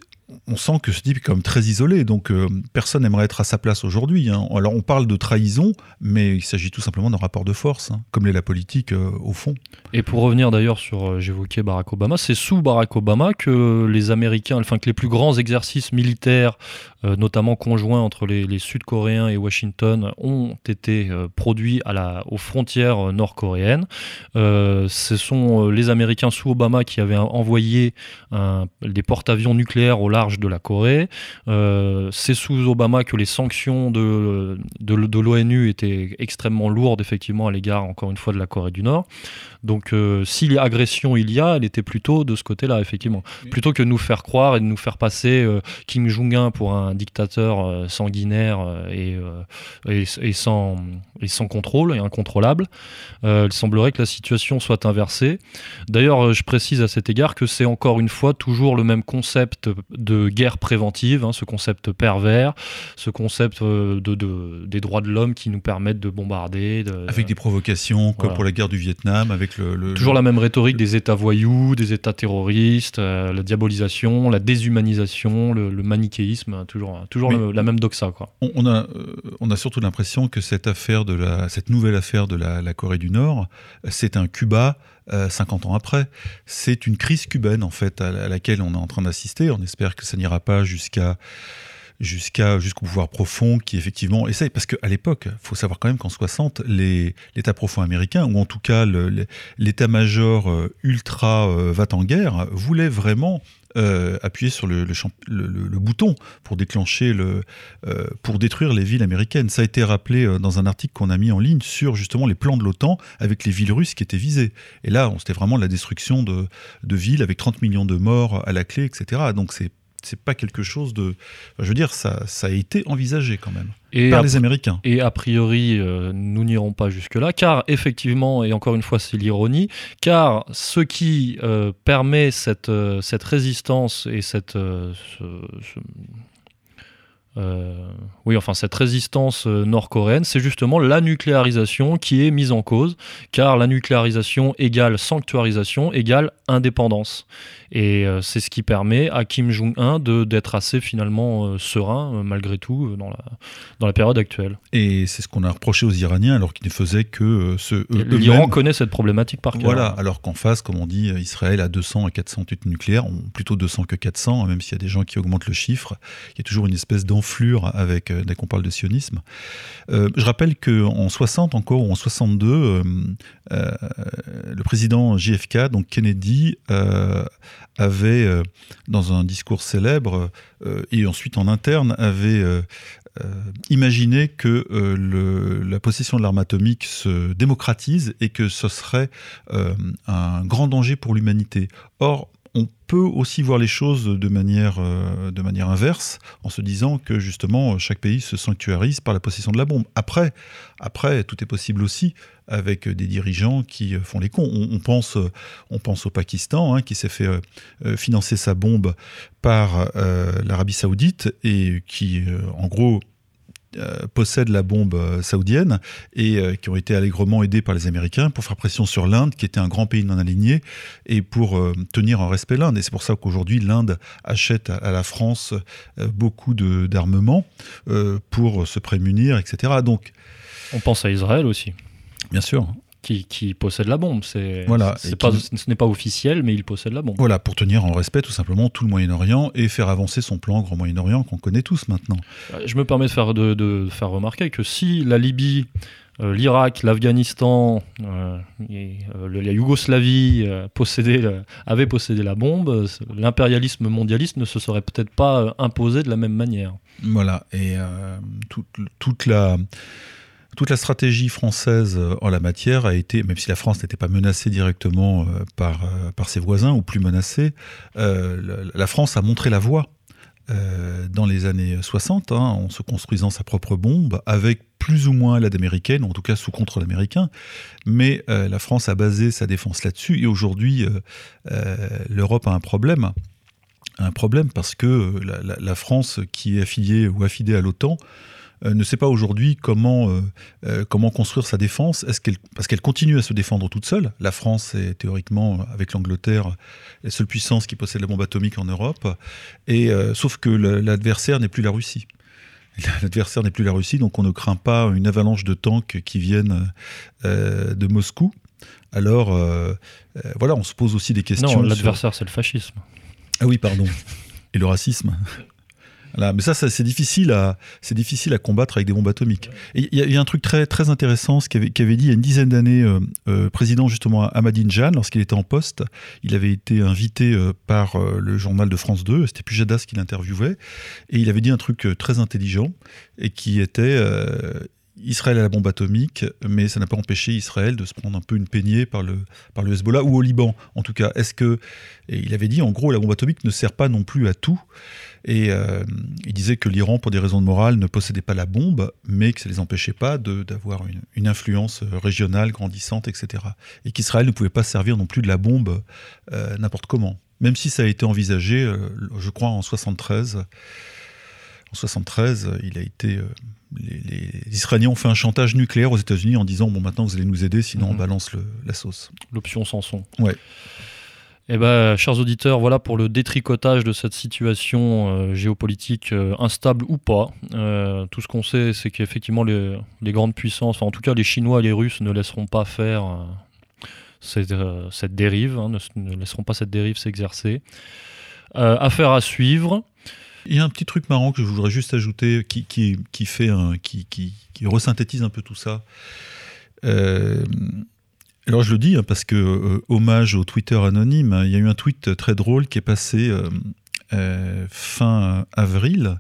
On sent que ce type est quand même très isolé, donc euh, personne n'aimerait être à sa place aujourd'hui. Hein. Alors on parle de trahison, mais il s'agit tout simplement d'un rapport de force, hein, comme l'est la politique euh, au fond. Et pour revenir d'ailleurs sur, euh, j'évoquais Barack Obama, c'est sous Barack Obama que les Américains, enfin que les plus grands exercices militaires, euh, notamment conjoints entre les, les Sud-Coréens et Washington, ont été euh, produits à la, aux frontières nord-coréennes. Euh, ce sont euh, les Américains sous Obama qui avaient envoyé un, des porte-avions nucléaires au large de la Corée. Euh, c'est sous Obama que les sanctions de, de, de l'ONU étaient extrêmement lourdes, effectivement, à l'égard, encore une fois, de la Corée du Nord. Donc, euh, si agression il y a, elle était plutôt de ce côté-là, effectivement. Oui. Plutôt que de nous faire croire et de nous faire passer euh, Kim Jong-un pour un un dictateur euh, sanguinaire euh, et, euh, et, et, sans, et sans contrôle et incontrôlable. Euh, il semblerait que la situation soit inversée. D'ailleurs, euh, je précise à cet égard que c'est encore une fois toujours le même concept de guerre préventive, hein, ce concept pervers, ce concept euh, de, de, des droits de l'homme qui nous permettent de bombarder. De, avec des provocations, voilà. Comme pour la guerre du Vietnam, avec le... le toujours le... la même rhétorique des États voyous, des États terroristes, euh, la diabolisation, la déshumanisation, le, le manichéisme, toujours, toujours le, la même doxa, quoi. On, on, a, euh, on a surtout l'impression que cette affaire de la, cette nouvelle affaire de la, la Corée du Nord, c'est un Cuba euh, cinquante ans après. C'est une crise cubaine, en fait, à, à laquelle on est en train d'assister. On espère que ça n'ira pas jusqu'à jusqu'à jusqu'au pouvoir profond qui effectivement essaye, parce qu'à l'époque, il faut savoir quand même qu'en soixante, les, l'État profond américain, ou en tout cas le, l'état-major euh, ultra euh, va en guerre, voulait vraiment euh, appuyer sur le, le, champ, le, le, le bouton pour déclencher le, euh, pour détruire les villes américaines. Ça a été rappelé euh, dans un article qu'on a mis en ligne sur justement les plans de l'OTAN avec les villes russes qui étaient visées. Et là, c'était vraiment la destruction de, de villes avec trente millions de morts à la clé, et cetera. Donc c'est c'est pas quelque chose de... Je veux dire, ça, ça a été envisagé quand même, et par a, les Américains. Et a priori, euh, nous n'irons pas jusque-là, car effectivement, et encore une fois, c'est l'ironie, car ce qui euh, permet cette, euh, cette résistance et cette... Euh, ce, ce, Euh, oui, enfin cette résistance euh, nord-coréenne, c'est justement la nucléarisation qui est mise en cause, car la nucléarisation égale sanctuarisation égale indépendance. Et euh, c'est ce qui permet à Kim Jong-un de, d'être assez finalement euh, serein, euh, malgré tout, euh, dans, la, dans la période actuelle. Et c'est ce qu'on a reproché aux Iraniens, alors qu'ils ne faisaient que euh, ce... Eux, L'Iran connaît cette problématique par cœur. Voilà, alors qu'en face, comme on dit, Israël a deux cents à quatre cents têtes nucléaires, plutôt deux cents que quatre cents, même s'il y a des gens qui augmentent le chiffre. Il y a toujours une espèce d'enflure avec, euh, dès qu'on parle de sionisme. Euh, je rappelle qu'en soixante encore, ou en soixante-deux, euh, euh, le président J F K, donc Kennedy, euh, avait, euh, dans un discours célèbre, euh, et ensuite en interne, avait euh, euh, imaginé que euh, le, la possession de l'arme atomique se démocratise et que ce serait euh, un grand danger pour l'humanité. Or, on peut aussi voir les choses de manière, euh, de manière inverse, en se disant que justement chaque pays se sanctuarise par la possession de la bombe. Après, après tout est possible aussi avec des dirigeants qui font les cons. On, on, pense, on pense au Pakistan, hein, qui s'est fait euh, financer sa bombe par euh, l'Arabie Saoudite et qui, euh, en gros, Euh, possèdent la bombe euh, saoudienne et euh, qui ont été allègrement aidés par les Américains pour faire pression sur l'Inde, qui était un grand pays non aligné, et pour euh, tenir en respect l'Inde. Et c'est pour ça qu'aujourd'hui, l'Inde achète à, à la France euh, beaucoup de, d'armements euh, pour se prémunir, et cetera. Donc, on pense à Israël aussi. Bien sûr. Qui, qui possède la bombe. C'est, voilà, c'est pas, qui... Ce n'est pas officiel, mais il possède la bombe. Voilà, pour tenir en respect tout simplement tout le Moyen-Orient et faire avancer son plan Grand Moyen-Orient qu'on connaît tous maintenant. Je me permets de faire, de, de faire remarquer que si la Libye, euh, l'Irak, l'Afghanistan, euh, et, euh, le, la Yougoslavie euh, possédait, euh, avaient possédé la bombe, l'impérialisme mondialiste ne se serait peut-être pas euh, imposé de la même manière. Voilà, et euh, toute, toute la... Toute la stratégie française en la matière a été, même si la France n'était pas menacée directement par, par ses voisins, ou plus menacée, euh, la France a montré la voie euh, dans les années soixante, hein, en se construisant sa propre bombe, avec plus ou moins l'aide américaine, ou en tout cas sous contrôle américain. Mais euh, la France a basé sa défense là-dessus, et aujourd'hui, euh, euh, l'Europe a un problème. Un problème parce que la, la, la France, qui est affiliée ou affidée à l'OTAN, Euh, ne sait pas aujourd'hui comment, euh, euh, comment construire sa défense. Est-ce qu'elle, parce qu'elle continue à se défendre toute seule. La France est théoriquement, avec l'Angleterre, la seule puissance qui possède la bombe atomique en Europe. Et, euh, sauf que le, l'adversaire n'est plus la Russie. L'adversaire n'est plus la Russie, donc on ne craint pas une avalanche de tanks qui viennent euh, de Moscou. Alors, euh, euh, voilà, on se pose aussi des questions. Non, l'adversaire, sur... c'est le fascisme. Ah oui, pardon. Et le racisme. Voilà, mais ça, ça c'est, difficile à, c'est difficile à combattre avec des bombes atomiques. Et il y, y a un truc très, très intéressant, ce qu'avait, qu'avait dit il y a une dizaine d'années euh, euh, président justement Ahmadinejad, lorsqu'il était en poste. Il avait été invité euh, par euh, le journal de France deux, c'était Pujadas qui l'interviewait, et il avait dit un truc euh, très intelligent, et qui était... Euh, Israël a la bombe atomique, mais ça n'a pas empêché Israël de se prendre un peu une peignée par le, par le Hezbollah, ou au Liban, en tout cas. Est-ce que, et il avait dit, en gros, la bombe atomique ne sert pas non plus à tout. Et euh, il disait que l'Iran, pour des raisons de morale, ne possédait pas la bombe, mais que ça ne les empêchait pas de, d'avoir une, une influence régionale grandissante, et cetera. Et qu'Israël ne pouvait pas servir non plus de la bombe euh, n'importe comment. Même si ça a été envisagé, euh, je crois, en soixante-treize. En soixante-treize, il a été... Euh, les, les Israéliens ont fait un chantage nucléaire aux États-Unis en disant « Bon, maintenant, vous allez nous aider, sinon mmh. on balance le, la sauce. » L'option Samson. Ouais. Eh bien, chers auditeurs, voilà pour le détricotage de cette situation euh, géopolitique euh, instable ou pas. Euh, tout ce qu'on sait, c'est qu'effectivement, les, les grandes puissances, enfin, en tout cas les Chinois et les Russes, ne laisseront pas faire euh, cette, euh, cette dérive, hein, ne, ne laisseront pas cette dérive s'exercer. Euh, affaire à suivre. Il y a un petit truc marrant que je voudrais juste ajouter qui, qui, qui, fait un, qui, qui, qui resynthétise un peu tout ça. Euh, alors je le dis hein, parce que, euh, hommage au Twitter anonyme, hein, il y a eu un tweet très drôle qui est passé euh, euh, fin avril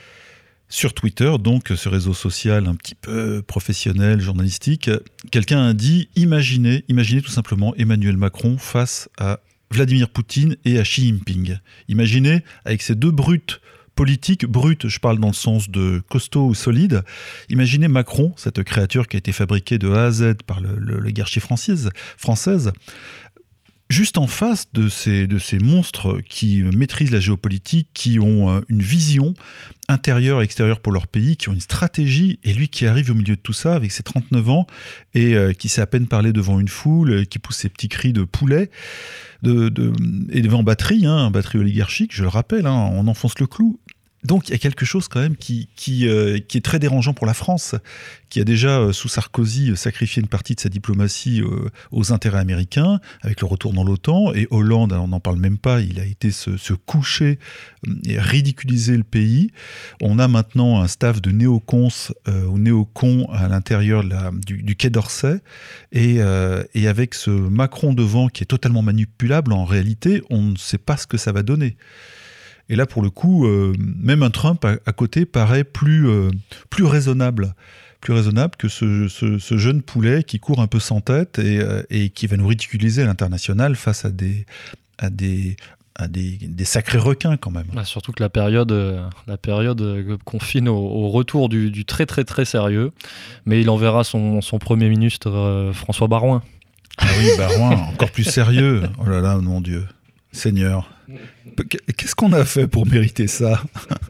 sur Twitter, donc ce réseau social un petit peu professionnel, journalistique. Quelqu'un a dit, imaginez, imaginez tout simplement Emmanuel Macron face à Vladimir Poutine et à Xi Jinping. Imaginez, avec ces deux brutes politiques, brutes, je parle dans le sens de costaud ou solide, imaginez Macron, cette créature qui a été fabriquée de A à Z par le, le, l'oligarchie française, française, juste en face de ces, de ces monstres qui maîtrisent la géopolitique, qui ont une vision intérieure et extérieure pour leur pays, qui ont une stratégie, et lui qui arrive au milieu de tout ça avec ses trente-neuf ans, et euh, qui sait à peine parler devant une foule, qui pousse ses petits cris de poulet, de, de, et devant batterie, hein, batterie oligarchique, je le rappelle, hein, on enfonce le clou. Donc il y a quelque chose quand même qui, qui, euh, qui est très dérangeant pour la France, qui a déjà, euh, sous Sarkozy, sacrifié une partie de sa diplomatie euh, aux intérêts américains, avec le retour dans l'OTAN, et Hollande, on n'en parle même pas, il a été se, se coucher et ridiculiser le pays. On a maintenant un staff de néocons euh, ou néocons à l'intérieur de la, du, du Quai d'Orsay, et, euh, et avec ce Macron devant qui est totalement manipulable, en réalité, on ne sait pas ce que ça va donner. Et là, pour le coup, euh, même un Trump à, à côté paraît plus, euh, plus raisonnable, plus raisonnable que ce, ce, ce jeune poulet qui court un peu sans tête et, euh, et qui va nous ridiculiser à l'international face à des, à des, à des, des sacrés requins quand même. Ah, surtout que la période, euh, la période euh, confine au, au retour du, du très très très sérieux, mais il enverra son, son Premier ministre euh, François Baroin. Ah oui, Baroin, encore plus sérieux. Oh là là, mon Dieu, Seigneur. Qu'est-ce qu'on a fait pour mériter ça?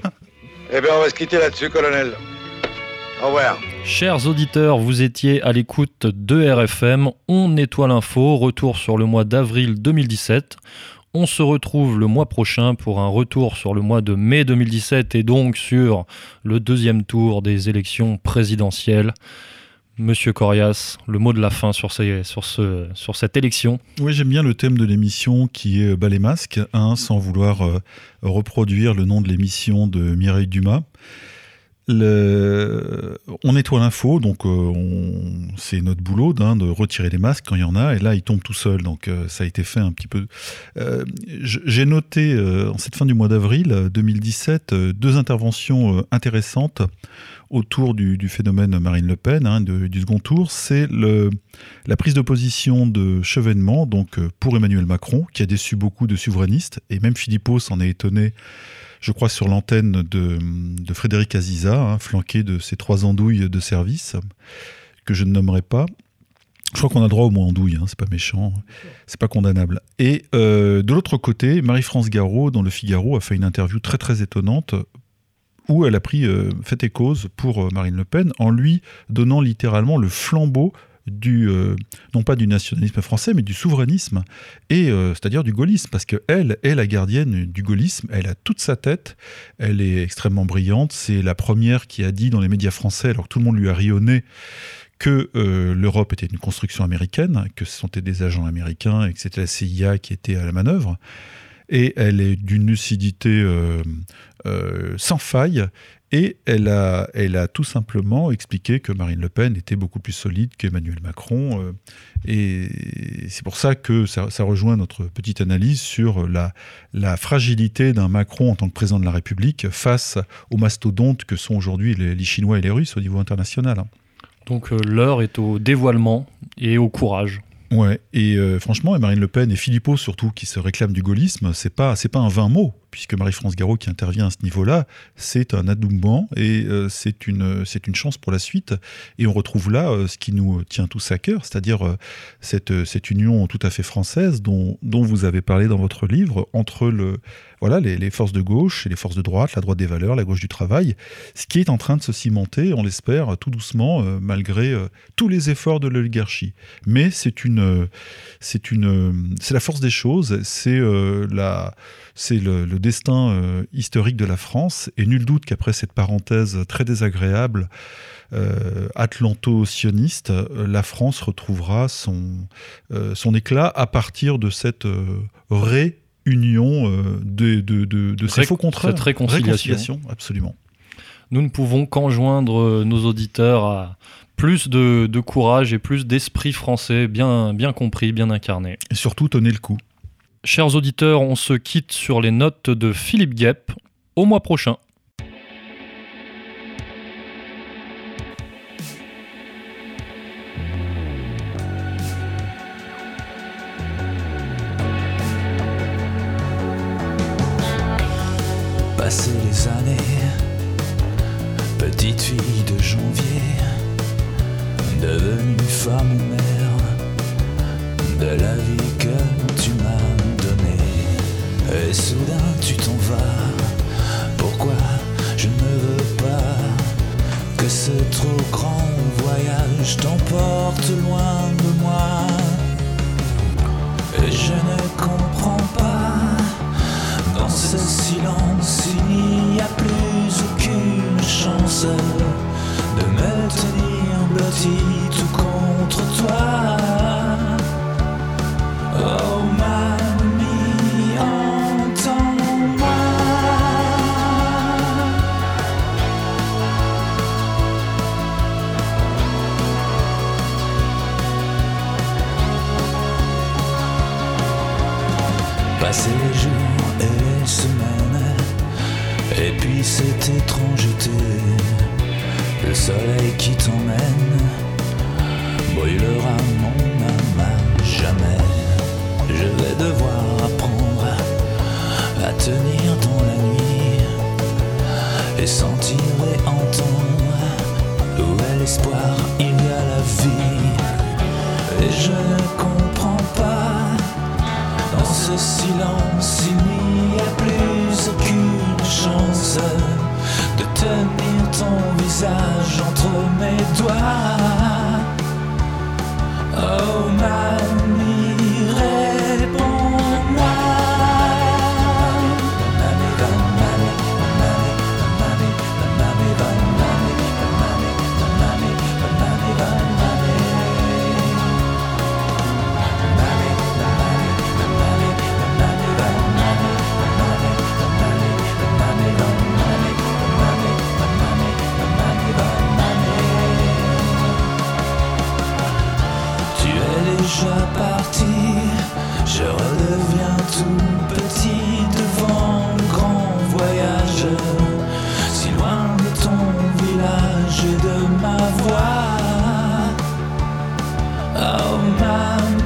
Eh bien, on va se quitter là-dessus, colonel. Au revoir. Chers auditeurs, vous étiez à l'écoute de R F M. On nettoie l'info. Retour sur le mois d'avril deux mille dix-sept. On se retrouve le mois prochain pour un retour sur le mois de mai deux mille dix-sept et donc sur le deuxième tour des élections présidentielles. Monsieur Corias, le mot de la fin sur, ces, sur, ce, sur cette élection. Oui, j'aime bien le thème de l'émission qui est Bas les masques, hein, sans vouloir euh, reproduire le nom de l'émission de Mireille Dumas. Le... On nettoie l'info, donc euh, on... c'est notre boulot hein, de retirer les masques quand il y en a, et là ils tombent tout seuls, donc euh, ça a été fait un petit peu. Euh, j'ai noté euh, en cette fin du mois d'avril deux mille dix-sept euh, deux interventions euh, intéressantes autour du, du phénomène Marine Le Pen, hein, de, du second tour. C'est le, la prise de position de Chevènement, donc euh, pour Emmanuel Macron, qui a déçu beaucoup de souverainistes, et même Philippot s'en est étonné, je crois, sur l'antenne de, de Frédéric Aziza, hein, flanqué de ses trois andouilles de service, que je ne nommerai pas. Je crois qu'on a droit au mot andouille, hein, c'est pas méchant, c'est pas condamnable. Et euh, de l'autre côté, Marie-France Garot, dans Le Figaro, a fait une interview très très étonnante, où elle a pris euh, fait et cause pour euh, Marine Le Pen, en lui donnant littéralement le flambeau du, euh, non pas du nationalisme français, mais du souverainisme, et euh, c'est-à-dire du gaullisme, parce qu'elle est la gardienne du gaullisme, elle a toute sa tête, elle est extrêmement brillante, c'est la première qui a dit dans les médias français, alors que tout le monde lui a rionné, que euh, l'Europe était une construction américaine, que ce sont des agents américains, et que c'était la C I A qui était à la manœuvre, et elle est d'une lucidité euh, euh, sans faille, et elle a, elle a tout simplement expliqué que Marine Le Pen était beaucoup plus solide qu'Emmanuel Macron. Euh, et c'est pour ça que ça, ça rejoint notre petite analyse sur la, la fragilité d'un Macron en tant que président de la République face aux mastodontes que sont aujourd'hui les, les Chinois et les Russes au niveau international. Donc euh, l'heure est au dévoilement et au courage. Ouais, et euh, franchement, et Marine Le Pen et Philippot surtout, qui se réclament du gaullisme, c'est pas, c'est pas un vain mot, puisque Marie-France Garot qui intervient à ce niveau-là, c'est un adoubement et euh, c'est, une, c'est une chance pour la suite. Et on retrouve là euh, ce qui nous tient tous à cœur, c'est-à-dire euh, cette, cette union tout à fait française dont, dont vous avez parlé dans votre livre, entre le, voilà, les, les forces de gauche et les forces de droite, la droite des valeurs, la gauche du travail, ce qui est en train de se cimenter, on l'espère, tout doucement, euh, malgré euh, tous les efforts de l'oligarchie. Mais c'est une C'est, une, c'est la force des choses, c'est, euh, la, c'est le, le destin euh, historique de la France, et nul doute qu'après cette parenthèse très désagréable euh, atlanto-sioniste, euh, la France retrouvera son, euh, son éclat à partir de cette euh, réunion euh, de, de, de, de ces Ré- faux contraires. Cette réconciliation. réconciliation, absolument. Nous ne pouvons qu'enjoindre nos auditeurs à plus de, de courage et plus d'esprit français bien, bien compris, bien incarné. Et surtout, tenez le coup. Chers auditeurs, on se quitte sur les notes de Philippe Guêpe. Au mois prochain. Passer les années, petite fille de janvier, devenue femme ou mère, de la vie que tu m'as donnée. Et soudain tu t'en vas, pourquoi je ne veux pas que ce trop grand voyage t'emporte loin de moi. Et je ne comprends pas, dans ce silence il n'y a plus aucune chance de me tenir blotti tout contre toi. Oh mamie, entends-moi. Passer les jours et les semaines, et puis cette étrangeté, le soleil qui t'emmène brûlera mon âme à jamais. Je vais devoir apprendre à tenir dans la nuit et sentir et entendre où est l'espoir, il y a la vie. Et je ne comprends pas, dans ce silence il n'y a plus aucune chance de tenir ton visage entre mes doigts. Oh mamie, réponds-moi. Mamie va, mamie, mamie, mamie, mamie va, mamie, mamie, mamie, mamie va, mamie. Mamie, mamie, mamie, mamie va, mamie, mamie, mamie, mamie va, mamie, mamie, mamie, mamie va, mamie. Tu es déjà parti, je redeviens tout petit devant le grand voyage, si loin de ton village et de ma voix. Oh maman.